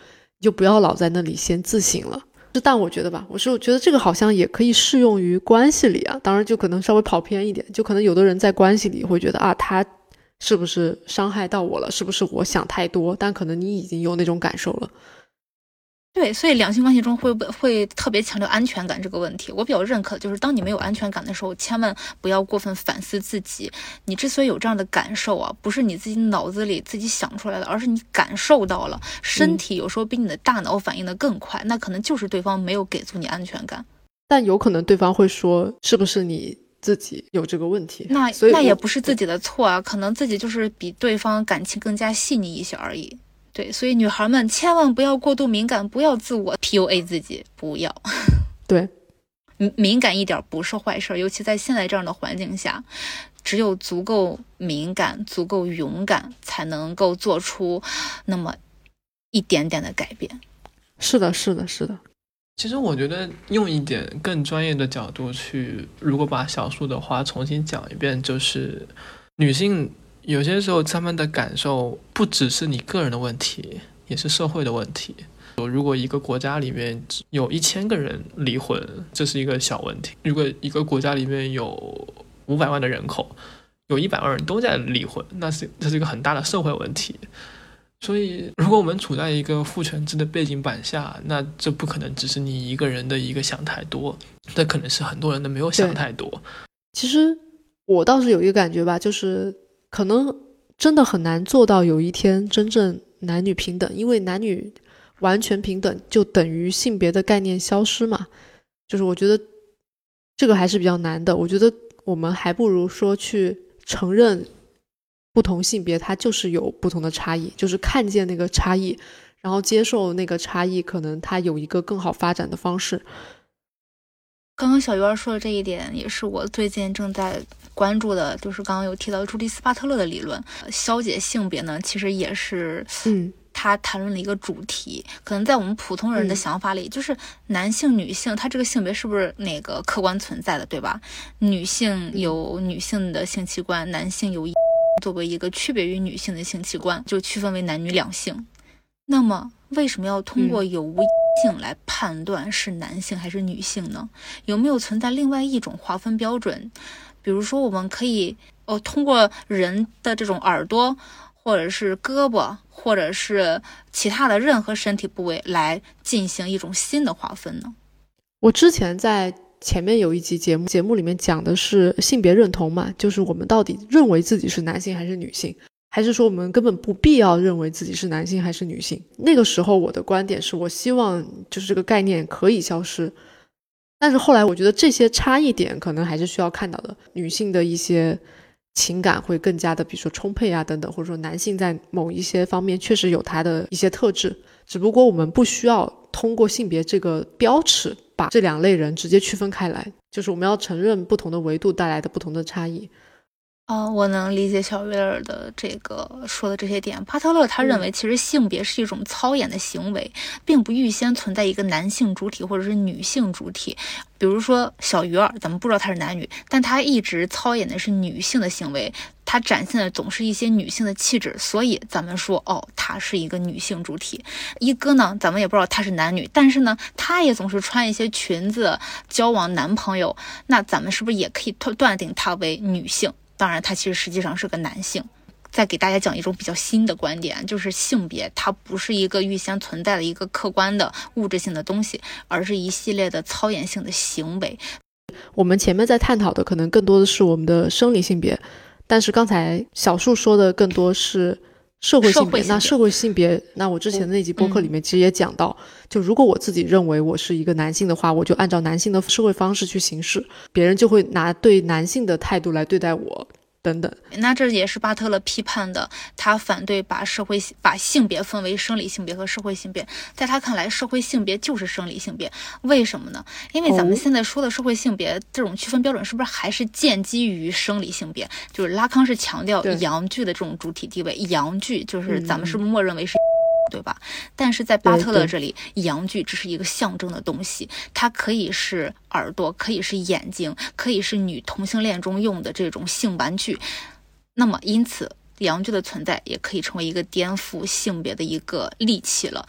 就不要老在那里先自省了。但我觉得吧，我觉得这个好像也可以适用于关系里啊，当然就可能稍微跑偏一点，就可能有的人在关系里会觉得啊，他是不是伤害到我了，是不是我想太多，但可能你已经有那种感受了。 对，所以两性关系中会特别强调安全感这个问题。我比较认可，就是当你没有安全感的时候，千万不要过分反思自己。你之所以有这样的感受啊，不是你自己脑子里自己想出来的，而是你感受到了。身体有时候比你的大脑反应的更快，那可能就是对方没有给足你安全感。 但有可能对方会说，是不是你自己有这个问题？ 那也不是自己的错啊，可能自己就是比对方感情更加细腻一些而已。对，所以女孩们千万不要过度敏感，不要自我 PUA 自己，不要。 对， 敏感一点不是坏事，尤其在现在这样的环境下，只有足够敏感、足够勇敢，才能够做出那么一点点的改变。 是的，是的，是的。 其实我觉得用一点更专业的角度去，如果把小树的话重新讲一遍，就是女性有些时候他们的感受不只是你个人的问题，也是社会的问题。如果一个国家里面有1000个人离婚，这是一个小问题；如果一个国家里面有500万的人口，有100万人都在离婚，这是一个很大的社会问题。所以如果我们处在一个父权制的背景板下，那这不可能只是你一个人的一个想太多，这可能是很多人的没有想太多。 其实我倒是有一个感觉吧，就是可能真的很难做到有一天真正男女平等，因为男女完全平等就等于性别的概念消失嘛，就是我觉得这个还是比较难的。我觉得我们还不如说去承认不同性别它就是有不同的差异，就是看见那个差异，然后接受那个差异，可能它有一个更好发展的方式。 刚刚小鱼儿说的这一点也是我最近正在关注的，就是刚刚有提到朱迪斯巴特勒的理论，消解性别呢其实也是他谈论的一个主题。可能在我们普通人的想法里，就是男性女性他这个性别是不是那个客观存在的，对吧？女性有女性的性器官，男性有作为一个区别于女性的性器官，就区分为男女两性。那么为什么要通过有无性来判断是男性还是女性呢？有没有存在另外一种划分标准？比如说我们可以通过人的这种耳朵或者是胳膊或者是其他的任何身体部位来进行一种新的划分呢？ 我之前在前面有一集节目里面讲的是性别认同嘛，就是我们到底认为自己是男性还是女性，还是说我们根本不必要认为自己是男性还是女性。那个时候我的观点是我希望就是这个概念可以消失，但是后来我觉得这些差异点可能还是需要看到的。女性的一些情感会更加的比如说充沛啊等等，或者说男性在某一些方面确实有他的一些特质，只不过我们不需要通过性别这个标尺把这两类人直接区分开来，就是我们要承认不同的维度带来的不同的差异。 我能理解小月儿的这个说的这些点。巴特勒他认为其实性别是一种操演的行为，并不预先存在一个男性主体或者是女性主体。比如说小鱼儿，咱们不知道他是男女，但他一直操演的是女性的行为，他展现的总是一些女性的气质，所以咱们说他是一个女性主体。一哥呢，咱们也不知道他是男女，但是呢他也总是穿一些裙子交往男朋友，那咱们是不是也可以断定他为女性？当然他其实实际上是个男性。再给大家讲一种比较新的观点，就是性别它不是一个预先存在的一个客观的物质性的东西，而是一系列的操演性的行为。 我们前面在探讨的可能更多的是我们的生理性别，但是刚才小树说的更多是社会性别。那社会性别，那我之前的那集播客里面其实也讲到，就如果我自己认为我是一个男性的话，我就按照男性的社会方式去行事，别人就会拿对男性的态度来对待我等等。 那这也是巴特勒批判的，他反对把性别分为生理性别和社会性别。在他看来，社会性别就是生理性别。为什么呢？因为咱们现在说的社会性别这种区分标准是不是还是建基于生理性别？就是拉康是强调阳具的这种主体地位，阳具就是咱们是不是默认为是对吧？但是在巴特勒这里，阳具只是一个象征的东西，它可以是耳朵，可以是眼睛，可以是女同性恋中用的这种性玩具。那么因此阳具的存在也可以成为一个颠覆性别的一个利器了。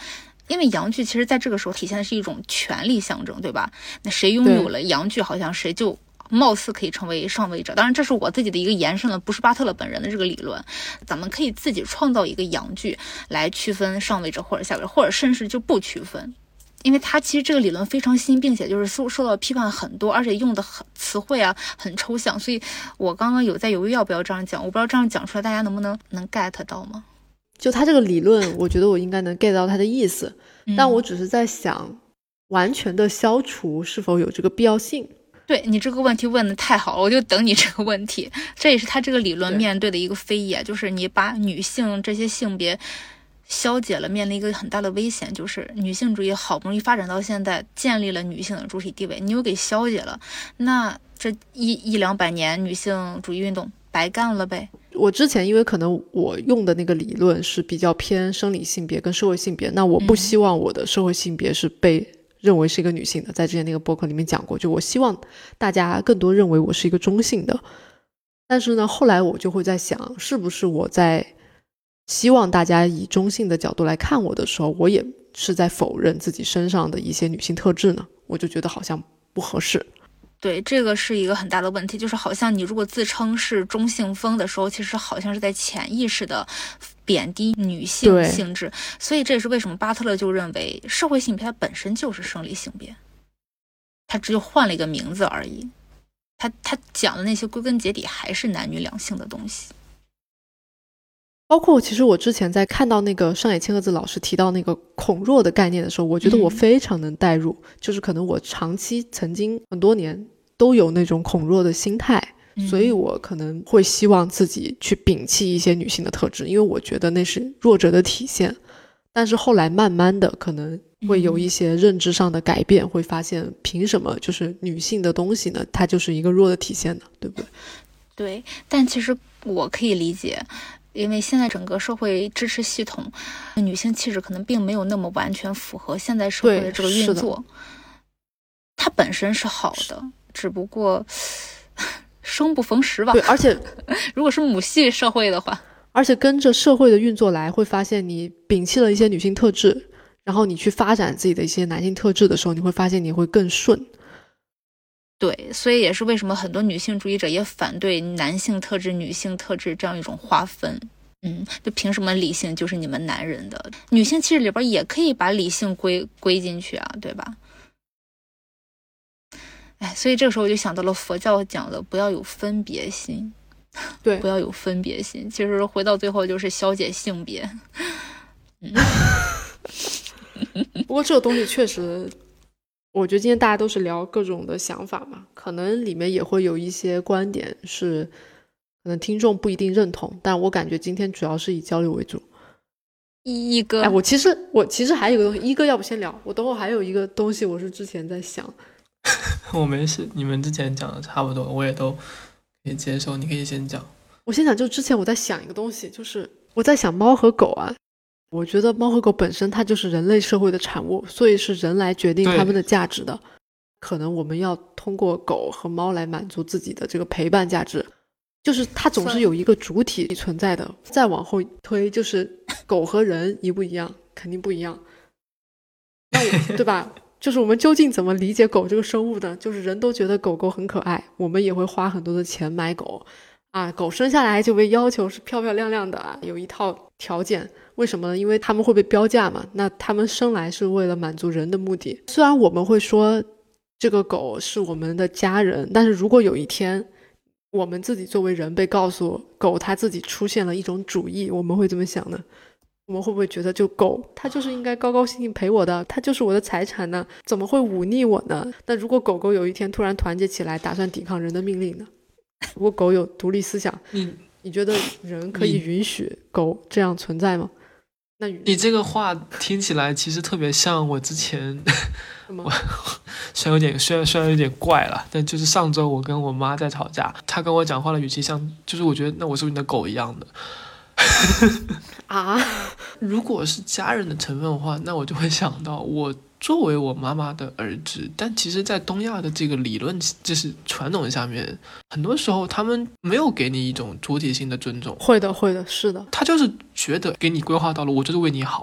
因为阳具其实在这个时候体现的是一种权力象征，对吧？那谁拥有了阳具，好像谁就貌似可以成为上位者。当然这是我自己的一个延伸了，不是巴特勒本人的这个理论。咱们可以自己创造一个阳具来区分上位者或者下位者，或者甚至就不区分。因为它其实这个理论非常新，并且就是受到批判很多，而且用的很词汇啊很抽象，所以我刚刚有在犹豫要不要这样讲，我不知道这样讲出来大家能不能get 到吗？ 就他这个理论我觉得我应该能 get 到他的意思，但我只是在想完全的消除是否有这个必要性。 对，你这个问题问的太好了，我就等你这个问题。这也是他这个理论面对的一个非议，就是你把女性这些性别消解了，面临一个很大的危险，就是女性主义好不容易发展到现在，建立了女性的主体地位，你又给消解了，那这一两百年女性主义运动白干了呗。 我之前因为可能我用的那个理论是比较偏生理性别跟社会性别，那我不希望我的社会性别是被认为是一个女性的，在之前那个播客里面讲过，就我希望大家更多认为我是一个中性的。但是呢，后来我就会在想，是不是我在希望大家以中性的角度来看我的时候，我也是在否认自己身上的一些女性特质呢？我就觉得好像不合适。 对，这个是一个很大的问题，就是好像你如果自称是中性风的时候，其实好像是在潜意识的贬低女性性质。所以这也是为什么巴特勒就认为社会性别它本身就是生理性别，它只有换了一个名字而已。他讲的那些归根结底还是男女两性的东西。 包括其实我之前在看到那个上野千鹤子老师提到那个恐弱的概念的时候，我觉得我非常能代入，就是可能我长期曾经很多年都有那种恐弱的心态，所以我可能会希望自己去摒弃一些女性的特质，因为我觉得那是弱者的体现。但是后来慢慢的可能会有一些认知上的改变，会发现凭什么就是女性的东西呢，它就是一个弱的体现呢，对不对？ 对，但其实我可以理解，因为现在整个社会支持系统，女性气质可能并没有那么完全符合现在社会的这个运作。它本身是好的，只不过生不逢时吧。 对，而且如果是母系社会的话， 而且跟着社会的运作来，会发现你摒弃了一些女性特质，然后你去发展自己的一些男性特质的时候，你会发现你会更顺。 对，所以也是为什么很多女性主义者也反对男性特质、女性特质这样一种划分。就凭什么理性就是你们男人的？女性气质里边也可以把理性归进去啊，对吧？所以这个时候我就想到了佛教讲的不要有分别心。 对， 不要有分别心，其实回到最后就是消解性别。 不过这个东西确实，我觉得今天大家都是聊各种的想法嘛，可能里面也会有一些观点是可能听众不一定认同，但我感觉今天主要是以交流为主。 一哥， 我其实还有一个东西，一哥要不先聊，我等会还有一个东西我是之前在想。 我没事，你们之前讲的差不多我也都可以接受，你可以先讲。 我先讲，就之前我在想一个东西，就是我在想猫和狗啊，我觉得猫和狗本身它就是人类社会的产物，所以是人来决定它们的价值的。可能我们要通过狗和猫来满足自己的这个陪伴价值，就是它总是有一个主体存在的。再往后推，就是狗和人一不一样？肯定不一样。那对吧？就是我们究竟怎么理解狗这个生物呢？就是人都觉得狗狗很可爱，我们也会花很多的钱买狗啊，狗生下来就被要求是漂漂亮亮的啊，有一套条件。为什么呢？因为他们会被标价嘛，那他们生来是为了满足人的目的。虽然我们会说这个狗是我们的家人，但是如果有一天我们自己作为人被告诉狗它自己出现了一种主义，我们会怎么想呢？我们会不会觉得就狗它就是应该高高兴兴陪我的，它就是我的财产呢，怎么会忤逆我呢？但如果狗狗有一天突然团结起来打算抵抗人的命令呢？如果狗有独立思想，你觉得人可以允许狗这样存在吗？那你这个话听起来其实特别像我之前虽然有点怪了，但就是上周我跟我妈在吵架，她跟我讲话的语气像，就是我觉得那我是不是你的狗一样的啊？ 如果是家人的成分的话，那我就会想到我作为我妈妈的儿子，但其实在东亚的这个理论就是传统下面，很多时候他们没有给你一种主体性的尊重。 会的，是的， 他就是觉得给你规划到了，我就是为你好，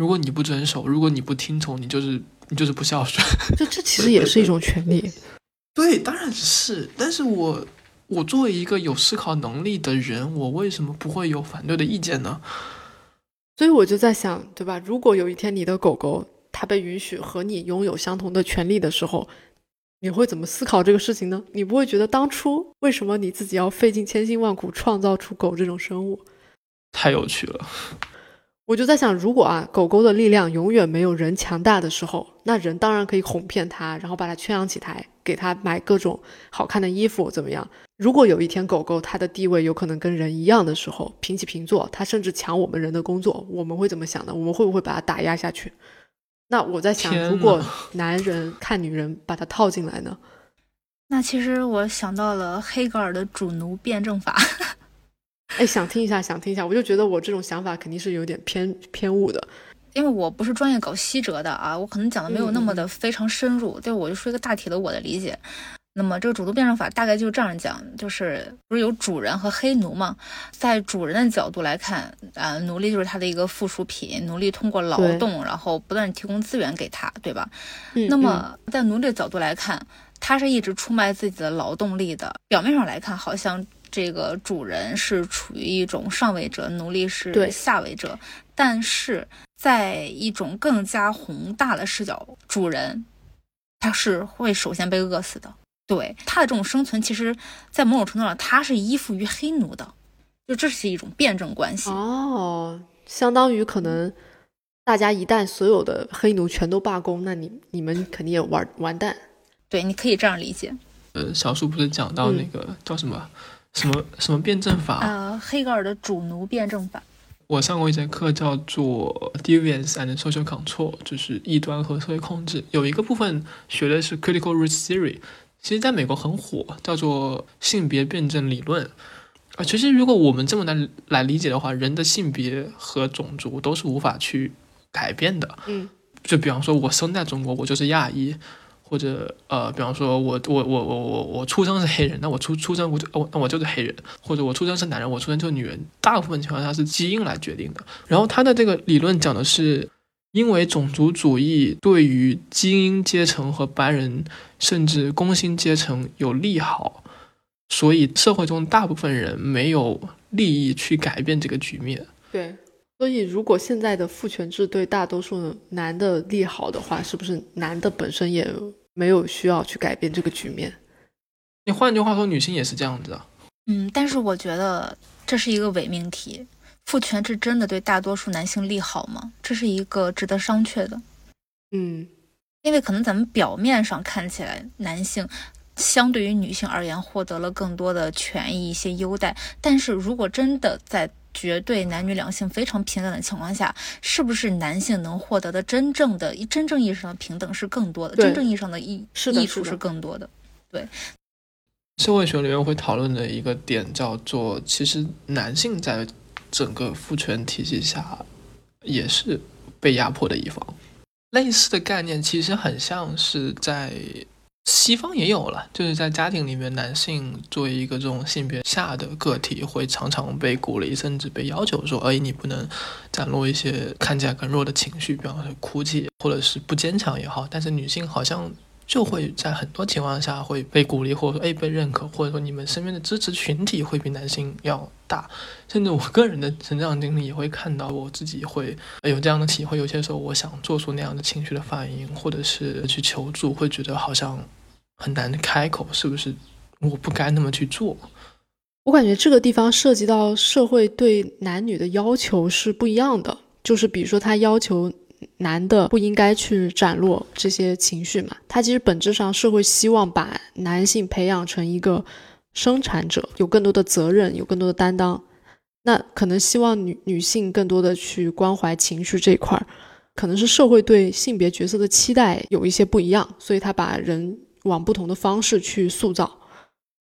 如果你不遵守，如果你不听从，你就是不孝顺。 这其实也是一种权利。 对，当然是，但是我作为一个有思考能力的人，我为什么不会有反对的意见呢？ 所以我就在想，对吧？如果有一天你的狗狗它被允许和你拥有相同的权利的时候，你会怎么思考这个事情呢？你不会觉得当初为什么你自己要费尽千辛万苦创造出狗这种生物？ 太有趣了。 我就在想，如果狗狗的力量永远没有人强大的时候，那人当然可以哄骗它，然后把它圈养起来，给它买各种好看的衣服，怎么样？如果有一天狗狗它的地位有可能跟人一样的时候，平起平坐，它甚至抢我们人的工作，我们会怎么想呢？我们会不会把它打压下去？那我在想，如果男人看女人把它套进来呢？ 那其实我想到了黑格尔的主奴辩证法。 想听一下，我就觉得我这种想法肯定是有点偏误的， 因为我不是专业搞西哲的啊，我可能讲的没有那么的非常深入，对，我就说一个大体的我的理解。那么这个主奴辩证法大概就是这样讲，就是不是有主人和黑奴吗？在主人的角度来看，奴隶就是他的一个附属品，奴隶通过劳动，然后不断提供资源给他，对吧？那么在奴隶的角度来看，他是一直出卖自己的劳动力的。表面上来看，好像这个主人是处于一种上位者，奴隶是下位者，但是在一种更加宏大的视角，主人他是会首先被饿死的。对，他的这种生存，其实在某种程度上，他是依附于黑奴的，就这是一种辩证关系。 相当于可能大家一旦所有的黑奴全都罢工，那你们肯定也完蛋。 对，你可以这样理解。 小树不是讲到那个叫什么辩证法？ 黑格尔的主奴辩证法。 我上过一节课叫做 Deviance and Social Control， 就是异端和社会控制。有一个部分学的是 Critical Race Theory， 其实在美国很火，叫做性别辩证理论。其实如果我们这么来理解的话，人的性别和种族都是无法去改变的。就比方说我生在中国，我就是亚裔。或者比方说我出生是黑人，那我出生那我就是黑人，或者我出生是男人，我出生就是女人，大部分情况下是基因来决定的。然后他的这个理论讲的是，因为种族主义对于精英阶层和白人甚至工薪阶层有利好，所以社会中大部分人没有利益去改变这个局面。 对，所以如果现在的父权制对大多数男的利好的话，是不是男的本身也没有需要去改变这个局面？ 你换句话说，女性也是这样子的。 但是我觉得这是一个伪命题。父权制真的对大多数男性利好吗？这是一个值得商榷的。因为可能咱们表面上看起来男性相对于女性而言获得了更多的权益，一些优待，但是如果真的在绝对男女两性非常平等的情况下，是不是男性能获得的真正意义上的平等是更多的，真正意义上的益处是更多的。对， 社会学里面会讨论的一个点叫做，其实男性在整个父权体系下也是被压迫的一方。类似的概念其实很像是在西方也有了，就是在家庭里面，男性作为一个这种性别下的个体，会常常被鼓励，甚至被要求说，你不能展露一些看起来更弱的情绪，比方说哭泣或者是不坚强也好。但是女性好像就会在很多情况下会被鼓励，或者说被认可，或者说你们身边的支持群体会比男性要大。甚至我个人的成长经历也会看到，我自己会有这样的体会，有些时候我想做出那样的情绪的反应，或者是去求助，会觉得好像很难开口，是不是我不该那么去做。 我感觉这个地方涉及到社会对男女的要求是不一样的，就是比如说他要求男的不应该去展露这些情绪嘛，他其实本质上社会希望把男性培养成一个生产者，有更多的责任，有更多的担当。那可能希望女性更多的去关怀情绪这一块，可能是社会对性别角色的期待有一些不一样，所以他把人往不同的方式去塑造。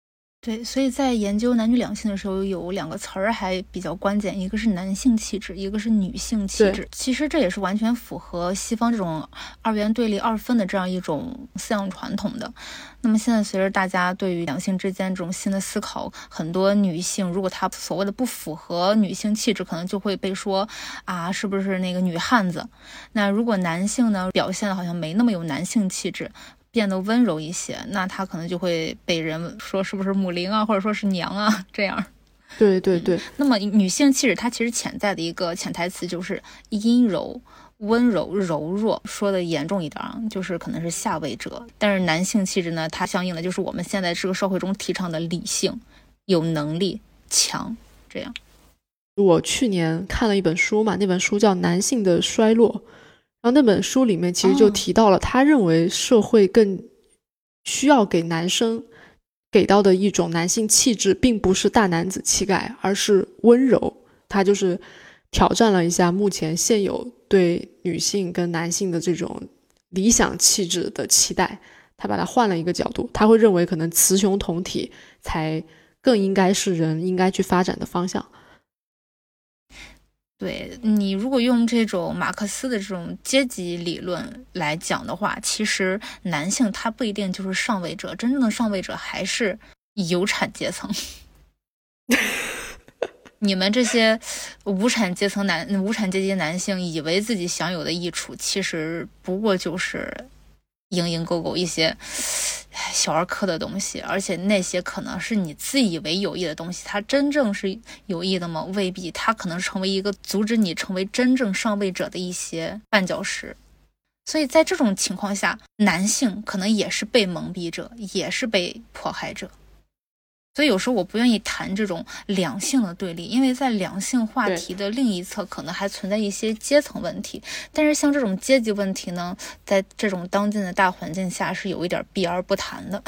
对，所以在研究男女两性的时候，有2个词儿还比较关键，一个是男性气质，一个是女性气质。其实这也是完全符合西方这种二元对立、二分的这样一种思想传统的。那么现在随着大家对于两性之间这种新的思考，很多女性如果她所谓的不符合女性气质，可能就会被说啊，是不是那个女汉子？那如果男性呢，表现的好像没那么有男性气质，变得温柔一些，那他可能就会被人说是不是母灵啊，或者说是娘啊这样。 对对对。 那么女性气质它其实潜在的一个潜台词就是阴柔、温柔、柔弱，说的严重一点就是可能是下位者。但是男性气质呢，它相应的就是我们现在这个社会中提倡的理性、有能力、强这样。 我去年看了一本书嘛，那本书叫《男性的衰落》，然后那本书里面其实就提到了，他认为社会更需要给男生给到的一种男性气质，并不是大男子气概，而是温柔。他就是挑战了一下目前现有对女性跟男性的这种理想气质的期待，他把它换了一个角度，他会认为可能雌雄同体才更应该是人应该去发展的方向。 对，你如果用这种马克思的这种阶级理论来讲的话，其实男性他不一定就是上位者，真正的上位者还是有产阶层。你们这些无产阶级男性以为自己享有的益处，其实不过就是蝇营狗苟一些小儿科的东西，而且那些可能是你自以为有益的东西，它真正是有益的吗？未必，它可能成为一个阻止你成为真正上位者的一些绊脚石。所以在这种情况下，男性可能也是被蒙蔽者，也是被迫害者。所以有时候我不愿意谈这种两性的对立，因为在两性话题的另一侧可能还存在一些阶层问题，但是像这种阶级问题呢，在这种当今的大环境下是有一点避而不谈的。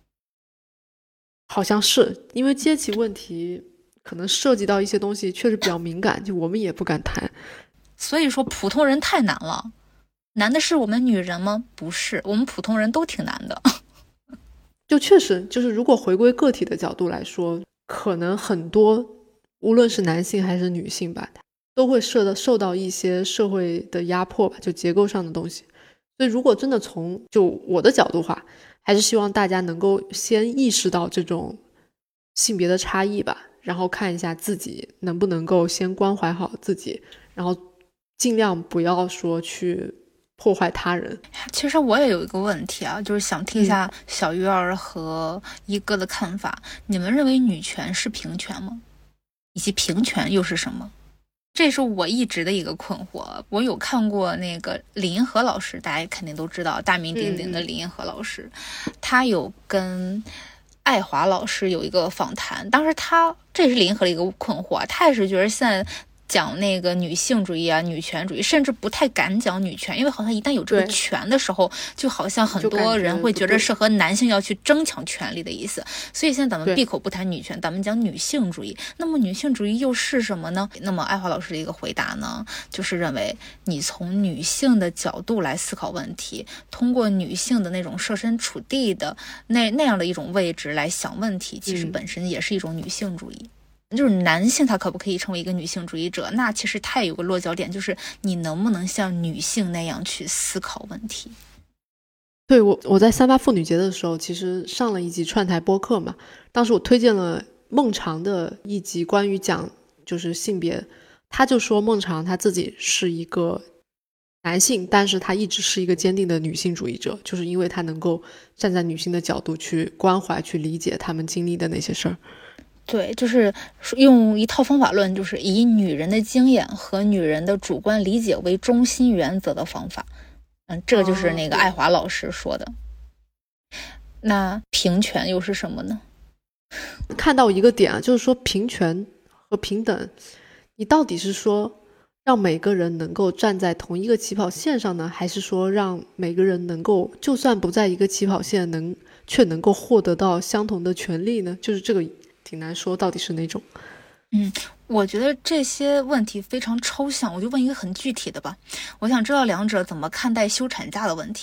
好像是因为阶级问题可能涉及到一些东西确实比较敏感，就我们也不敢谈。 所以说普通人太难了，难的是我们女人吗？不是，我们普通人都挺难的。 就确实就是如果回归个体的角度来说，可能很多无论是男性还是女性吧，都会受到一些社会的压迫吧，就结构上的东西。所以如果真的从就我的角度话，还是希望大家能够先意识到这种性别的差异吧，然后看一下自己能不能够先关怀好自己，然后尽量不要说去破坏他人。 其实我也有一个问题啊，就是想听一下小鱼儿和一哥的看法。你们认为女权是平权吗？以及平权又是什么？这是我一直的一个困惑。我有看过那个李银河老师，大家肯定都知道，大名鼎鼎的李银河老师，他有跟爱华老师有一个访谈。当时这也是李银河的一个困惑，他也是觉得现在讲那个女性主义啊、女权主义，甚至不太敢讲女权，因为好像一旦有这个权的时候，就好像很多人会觉得是和男性要去争抢权利的意思。所以现在咱们闭口不谈女权，咱们讲女性主义。那么女性主义又是什么呢？那么爱华老师的一个回答呢，就是认为你从女性的角度来思考问题，通过女性的那种设身处地的那样的一种位置来想问题，其实本身也是一种女性主义。就是男性他可不可以成为一个女性主义者，那其实他也有个落脚点，就是你能不能像女性那样去思考问题。 对，我在38妇女节的时候其实上了一集串台播客嘛，当时我推荐了孟尝的一集关于讲就是性别，他就说孟尝他自己是一个男性，但是他一直是一个坚定的女性主义者，就是因为他能够站在女性的角度去关怀去理解他们经历的那些事儿。 对，就是用一套方法论，就是以女人的经验和女人的主观理解为中心原则的方法。这就是那个爱华老师说的。那平权又是什么呢？ 看到一个点啊，就是说平权和平等，你到底是说让每个人能够站在同一个起跑线上呢，还是说让每个人能够就算不在一个起跑线却能够获得到相同的权利呢？就是这个挺难说到底是哪种。 我觉得这些问题非常抽象，我就问一个很具体的吧。我想知道两者怎么看待休产假的问题。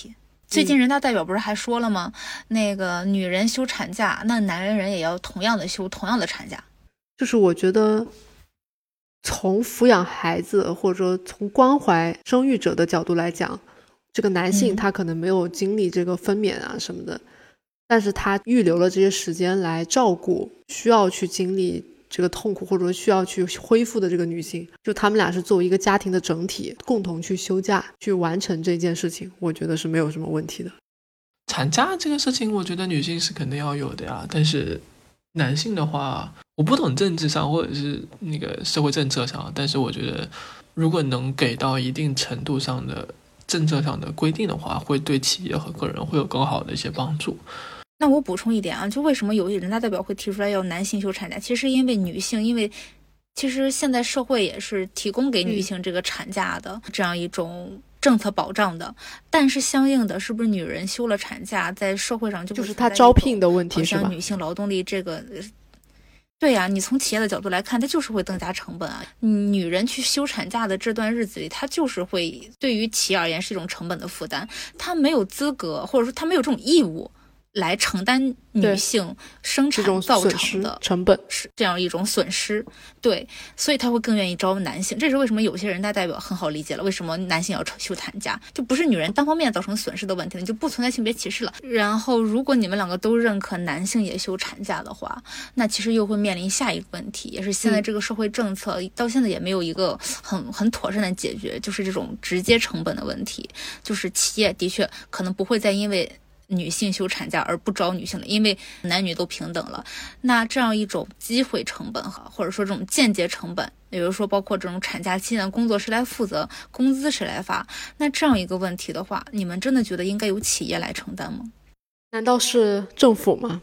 最近人大代表不是还说了吗？那个女人休产假，那男人也要同样的休同样的产假。 就是我觉得从抚养孩子或者说从关怀生育者的角度来讲，这个男性他可能没有经历这个分娩啊什么的，但是他预留了这些时间来照顾需要去经历这个痛苦或者需要去恢复的这个女性，就他们俩是作为一个家庭的整体共同去休假去完成这件事情，我觉得是没有什么问题的。 产假这个事情我觉得女性是肯定要有的呀，但是男性的话我不懂政治上或者是那个社会政策上，但是我觉得如果能给到一定程度上的政策上的规定的话，会对企业和个人会有更好的一些帮助。 那我补充一点啊，就为什么有些人大代表会提出来要男性休产假，其实因为女性，因为其实现在社会也是提供给女性这个产假的这样一种政策保障的，但是相应的是不是女人休了产假在社会上就是她招聘的问题是吧？ 好像女性劳动力这个对呀，你从企业的角度来看，它就是会增加成本啊。女人去休产假的这段日子里，它就是会对于企业而言是一种成本的负担，她没有资格或者说她没有这种义务来承担女性生产造成的成本， 是这样一种损失。对，所以他会更愿意招男性。这是为什么有些人大代表很好理解了，为什么男性要休产假，就不是女人单方面造成损失的问题了，就不存在性别歧视了。然后如果你们两个都认可男性也休产假的话，那其实又会面临下一个问题，也是现在这个社会政策到现在也没有一个很妥善的解决，就是这种直接成本的问题。就是企业的确可能不会再因为女性休产假而不招女性了，因为男女都平等了。那这样一种机会成本或者说这种间接成本，比如说包括这种产假期间工作谁来负责，工资谁来发，那这样一个问题的话，你们真的觉得应该由企业来承担吗？ 难道是政府吗？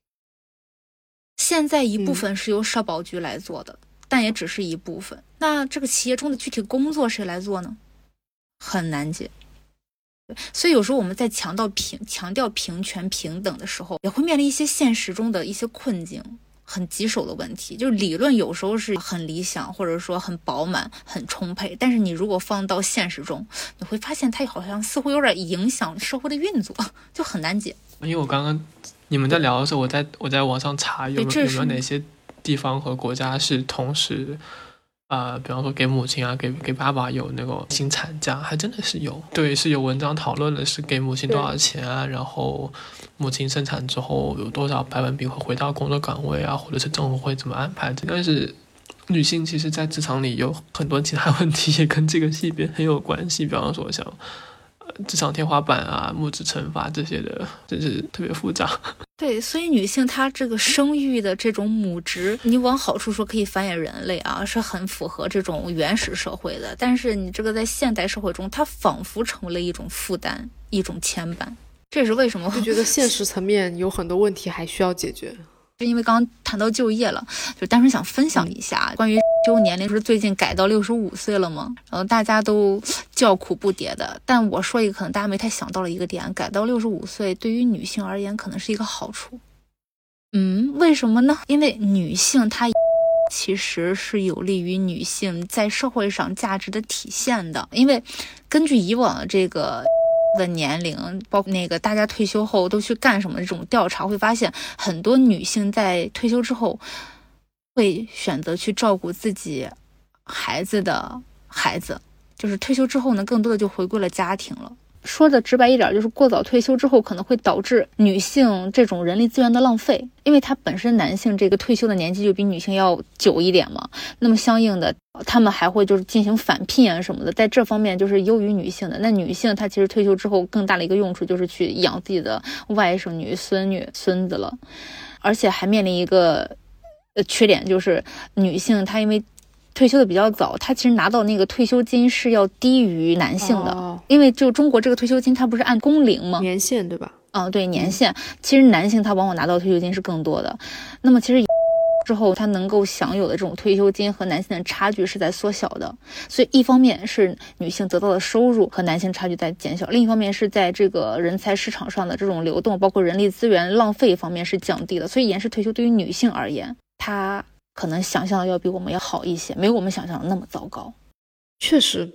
现在一部分是由社保局来做的，但也只是一部分。那这个企业中的具体工作谁来做呢？很难解。所以有时候我们在强调平权平等的时候，也会面临一些现实中的一些困境，很棘手的问题。就是理论有时候是很理想，或者说很饱满很充沛，但是你如果放到现实中，你会发现它好像似乎有点影响社会的运作，就很难解。 因为我刚刚你们在聊的时候，我在网上查有没有哪些地方和国家是同时比方说给母亲啊给爸爸有那个薪产假，还真的是有。对，是有文章讨论的是给母亲多少钱啊，然后母亲生产之后有多少百分比会回到工作岗位啊，或者是政府会怎么安排。但是女性其实在职场里有很多其他问题也跟这个性别很有关系，比方说像职场天花板啊、母职惩罚这些的，真是特别复杂。 对，所以女性她这个生育的这种母职，你往好处说可以繁衍人类啊，是很符合这种原始社会的。但是你这个在现代社会中，它仿佛成为了一种负担，一种牵绊。这也是为什么就觉得现实层面有很多问题还需要解决。 是因为刚刚谈到就业了，就单纯想分享一下关于休年龄，不是最近改到65岁了吗？然后大家都叫苦不迭的，但我说一个可能大家没太想到的一个点，改到65岁对于女性而言可能是一个好处。为什么呢？因为女性她其实是有利于女性在社会上价值的体现的，因为根据以往的这个的年龄，包括那个大家退休后都去干什么这种调查，会发现很多女性在退休之后会选择去照顾自己孩子的孩子，就是退休之后呢，更多的就回归了家庭了。说的直白一点，就是过早退休之后可能会导致女性这种人力资源的浪费，因为他本身男性这个退休的年纪就比女性要久一点嘛，那么相应的他们还会就是进行返聘啊什么的，在这方面就是优于女性的。那女性她其实退休之后更大的一个用处就是去养自己的外甥女、孙女、孙子了，而且还面临一个缺点，就是女性她因为退休的比较早，她其实拿到那个退休金是要低于男性的，因为就中国这个退休金它不是按工龄吗？ 年限对吧？ 对，年限。其实男性他往往拿到退休金是更多的，那么其实之后他能够享有的这种退休金和男性的差距是在缩小的，所以一方面是女性得到的收入和男性差距在减小，另一方面是在这个人才市场上的这种流动，包括人力资源浪费方面是降低的，所以延迟退休对于女性而言，她可能想象的要比我们要好一些，没有我们想象的那么糟糕。 确实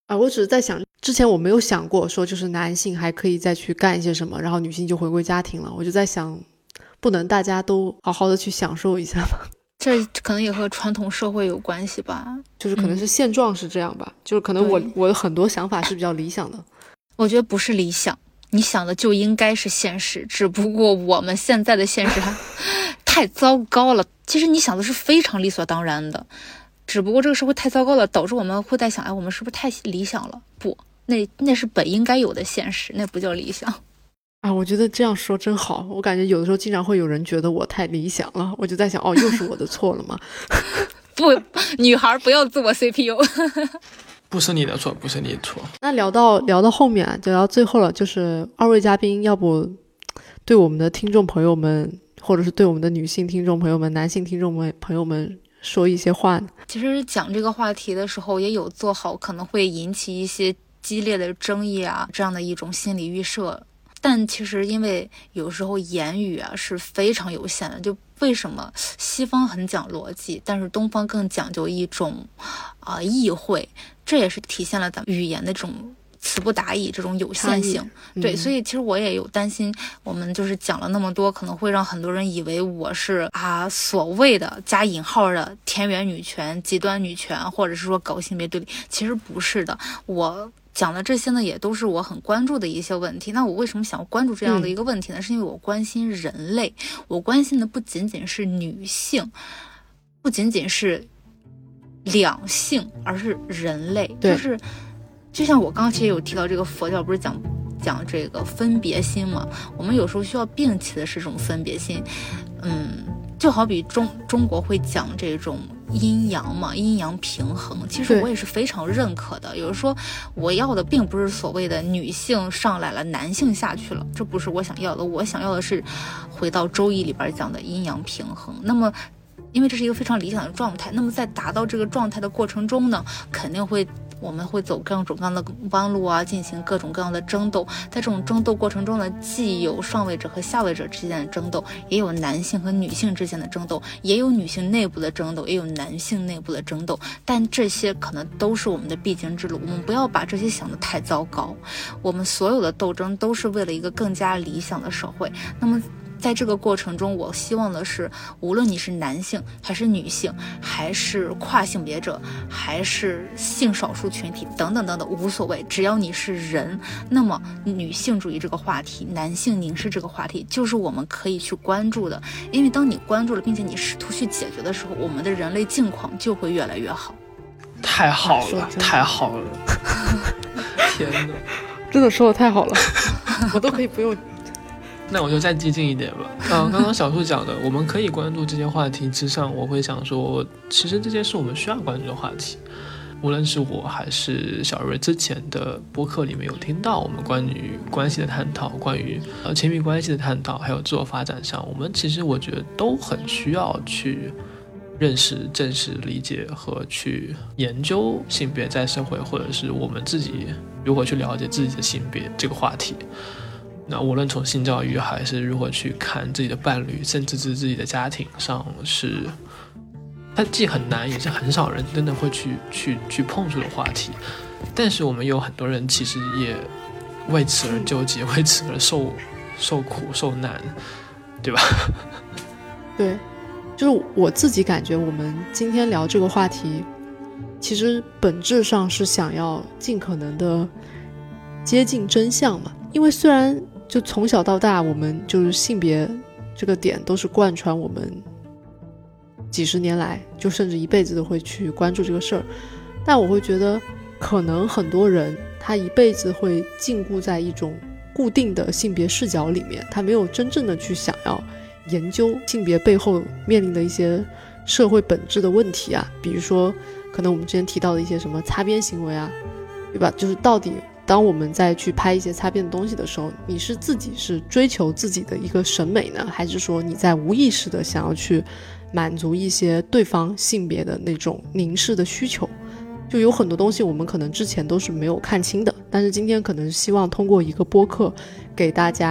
我只是在想，之前我没有想过说就是男性还可以再去干一些什么，然后女性就回归家庭了。我就在想，不能大家都好好的去享受一下吗？ 这可能也和传统社会有关系吧， 就是可能是现状是这样吧，就是可能我的很多想法是比较理想的。 我觉得不是理想，你想的就应该是现实，只不过我们现在的现实还太糟糕了。其实你想的是非常理所当然的，只不过这个社会太糟糕了，导致我们会在想，我们是不是太理想了？不，那是本应该有的现实，那不叫理想。 我觉得这样说真好。我感觉有的时候经常会有人觉得我太理想了，我就在想，又是我的错了吗？ 不，女孩不要自我 CPU。 不是你的错，不是你的错。 那聊到后面啊，就聊到最后了，就是二位嘉宾要不对我们的听众朋友们，或者是对我们的女性听众朋友们、男性听众朋友们说一些话呢？ 其实讲这个话题的时候，也有做好可能会引起一些激烈的争议啊，这样的一种心理预设。但其实因为有时候言语啊是非常有限的，就为什么西方很讲逻辑，但是东方更讲究一种意会，这也是体现了咱们语言的这种词不达意这种有限性。对，所以其实我也有担心，我们就是讲了那么多，可能会让很多人以为我是所谓的加引号的田园女权、极端女权，或者是说搞性别对立，其实不是的。我讲的这些呢，也都是我很关注的一些问题。那我为什么想关注这样的一个问题呢？是因为我关心人类，我关心的不仅仅是女性，不仅仅是两性，而是人类。就是就像我刚刚其实有提到，这个佛教不是讲这个分别心嘛？我们有时候需要摒弃的是这种分别心。就好比中国会讲这种阴阳嘛，阴阳平衡，其实我也是非常认可的。有人说我要的并不是所谓的女性上来了，男性下去了，这不是我想要的。我想要的是回到周易里边讲的阴阳平衡。那么因为这是一个非常理想的状态，那么在达到这个状态的过程中呢，肯定我们会走各种各样的弯路啊，进行各种各样的争斗。在这种争斗过程中呢，既有上位者和下位者之间的争斗，也有男性和女性之间的争斗，也有女性内部的争斗，也有男性内部的争斗。但这些可能都是我们的必经之路，我们不要把这些想得太糟糕。我们所有的斗争都是为了一个更加理想的社会。那么在这个过程中，我希望的是，无论你是男性还是女性，还是跨性别者，还是性少数群体等等等等，无所谓，只要你是人，那么女性主义这个话题，男性凝视这个话题，就是我们可以去关注的。因为当你关注了，并且你试图去解决的时候，我们的人类境况就会越来越好。 太好了，太好了！天哪， 真的说的太好了，我都可以不用。 那我就再激进一点吧。刚刚小树讲的，我们可以关注这些话题之上，我会想说，其实这些是我们需要关注的话题。无论是我还是小瑞之前的播客里面有听到我们关于关系的探讨，关于亲密关系的探讨，还有自我发展上，我们其实我觉得都很需要去认识、正视、理解和去研究性别在社会，或者是我们自己如何去了解自己的性别这个话题。那无论从性教育还是如何去看自己的伴侣，甚至是自己的家庭上，是它既很难，也是很少人真的会去碰触的话题。但是我们有很多人其实也为此而纠结，为此而受苦受难，对吧？ 对，就是我自己感觉我们今天聊这个话题，其实本质上是想要尽可能的接近真相嘛。因为虽然就从小到大我们就是性别这个点都是贯穿我们几十年来，就甚至一辈子都会去关注这个事儿，但我会觉得可能很多人他一辈子会禁锢在一种固定的性别视角里面，他没有真正的去想要研究性别背后面临的一些社会本质的问题啊，比如说可能我们之前提到的一些什么擦边行为啊，对吧？就是到底当我们在去拍一些擦边的东西的时候，你是自己是追求自己的一个审美呢，还是说你在无意识的想要去满足一些对方性别的那种凝视的需求？就有很多东西我们可能之前都是没有看清的，但是今天可能希望通过一个播客给大家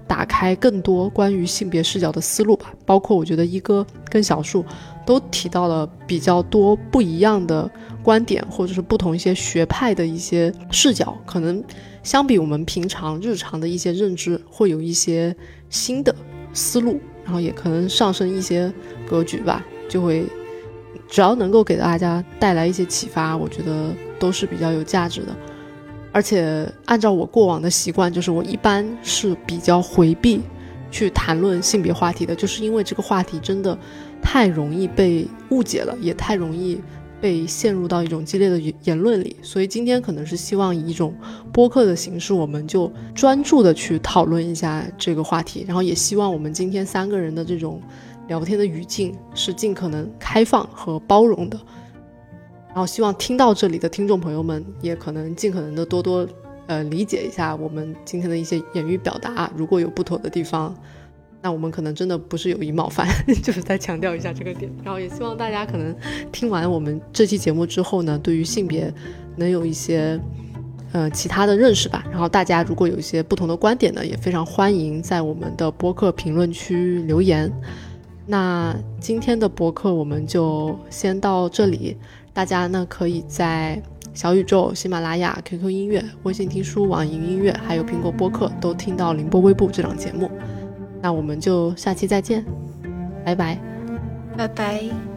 打开更多关于性别视角的思路吧。包括我觉得一哥跟小树都提到了比较多不一样的观点，或者是不同一些学派的一些视角，可能相比我们平常日常的一些认知会有一些新的思路，然后也可能上升一些格局吧，就会只要能够给大家带来一些启发，我觉得都是比较有价值的。而且按照我过往的习惯，就是我一般是比较回避去谈论性别话题的，就是因为这个话题真的太容易被误解了，也太容易被陷入到一种激烈的言论里。所以今天可能是希望以一种播客的形式，我们就专注的去讨论一下这个话题，然后也希望我们今天3个人的这种聊天的语境是尽可能开放和包容的。然后希望听到这里的听众朋友们也可能尽可能的多多理解一下我们今天的一些言语表达，如果有不妥的地方，那我们可能真的不是有意冒犯就是再强调一下这个点。然后也希望大家可能听完我们这期节目之后呢，对于性别能有一些其他的认识吧。然后大家如果有一些不同的观点呢，也非常欢迎在我们的播客评论区留言。那今天的播客我们就先到这里，大家呢可以在小宇宙、喜马拉雅、QQ 音乐、微信听书、网易云音乐还有苹果播客都听到凌波微步这档节目。那我们就下期再见，拜拜， 拜拜。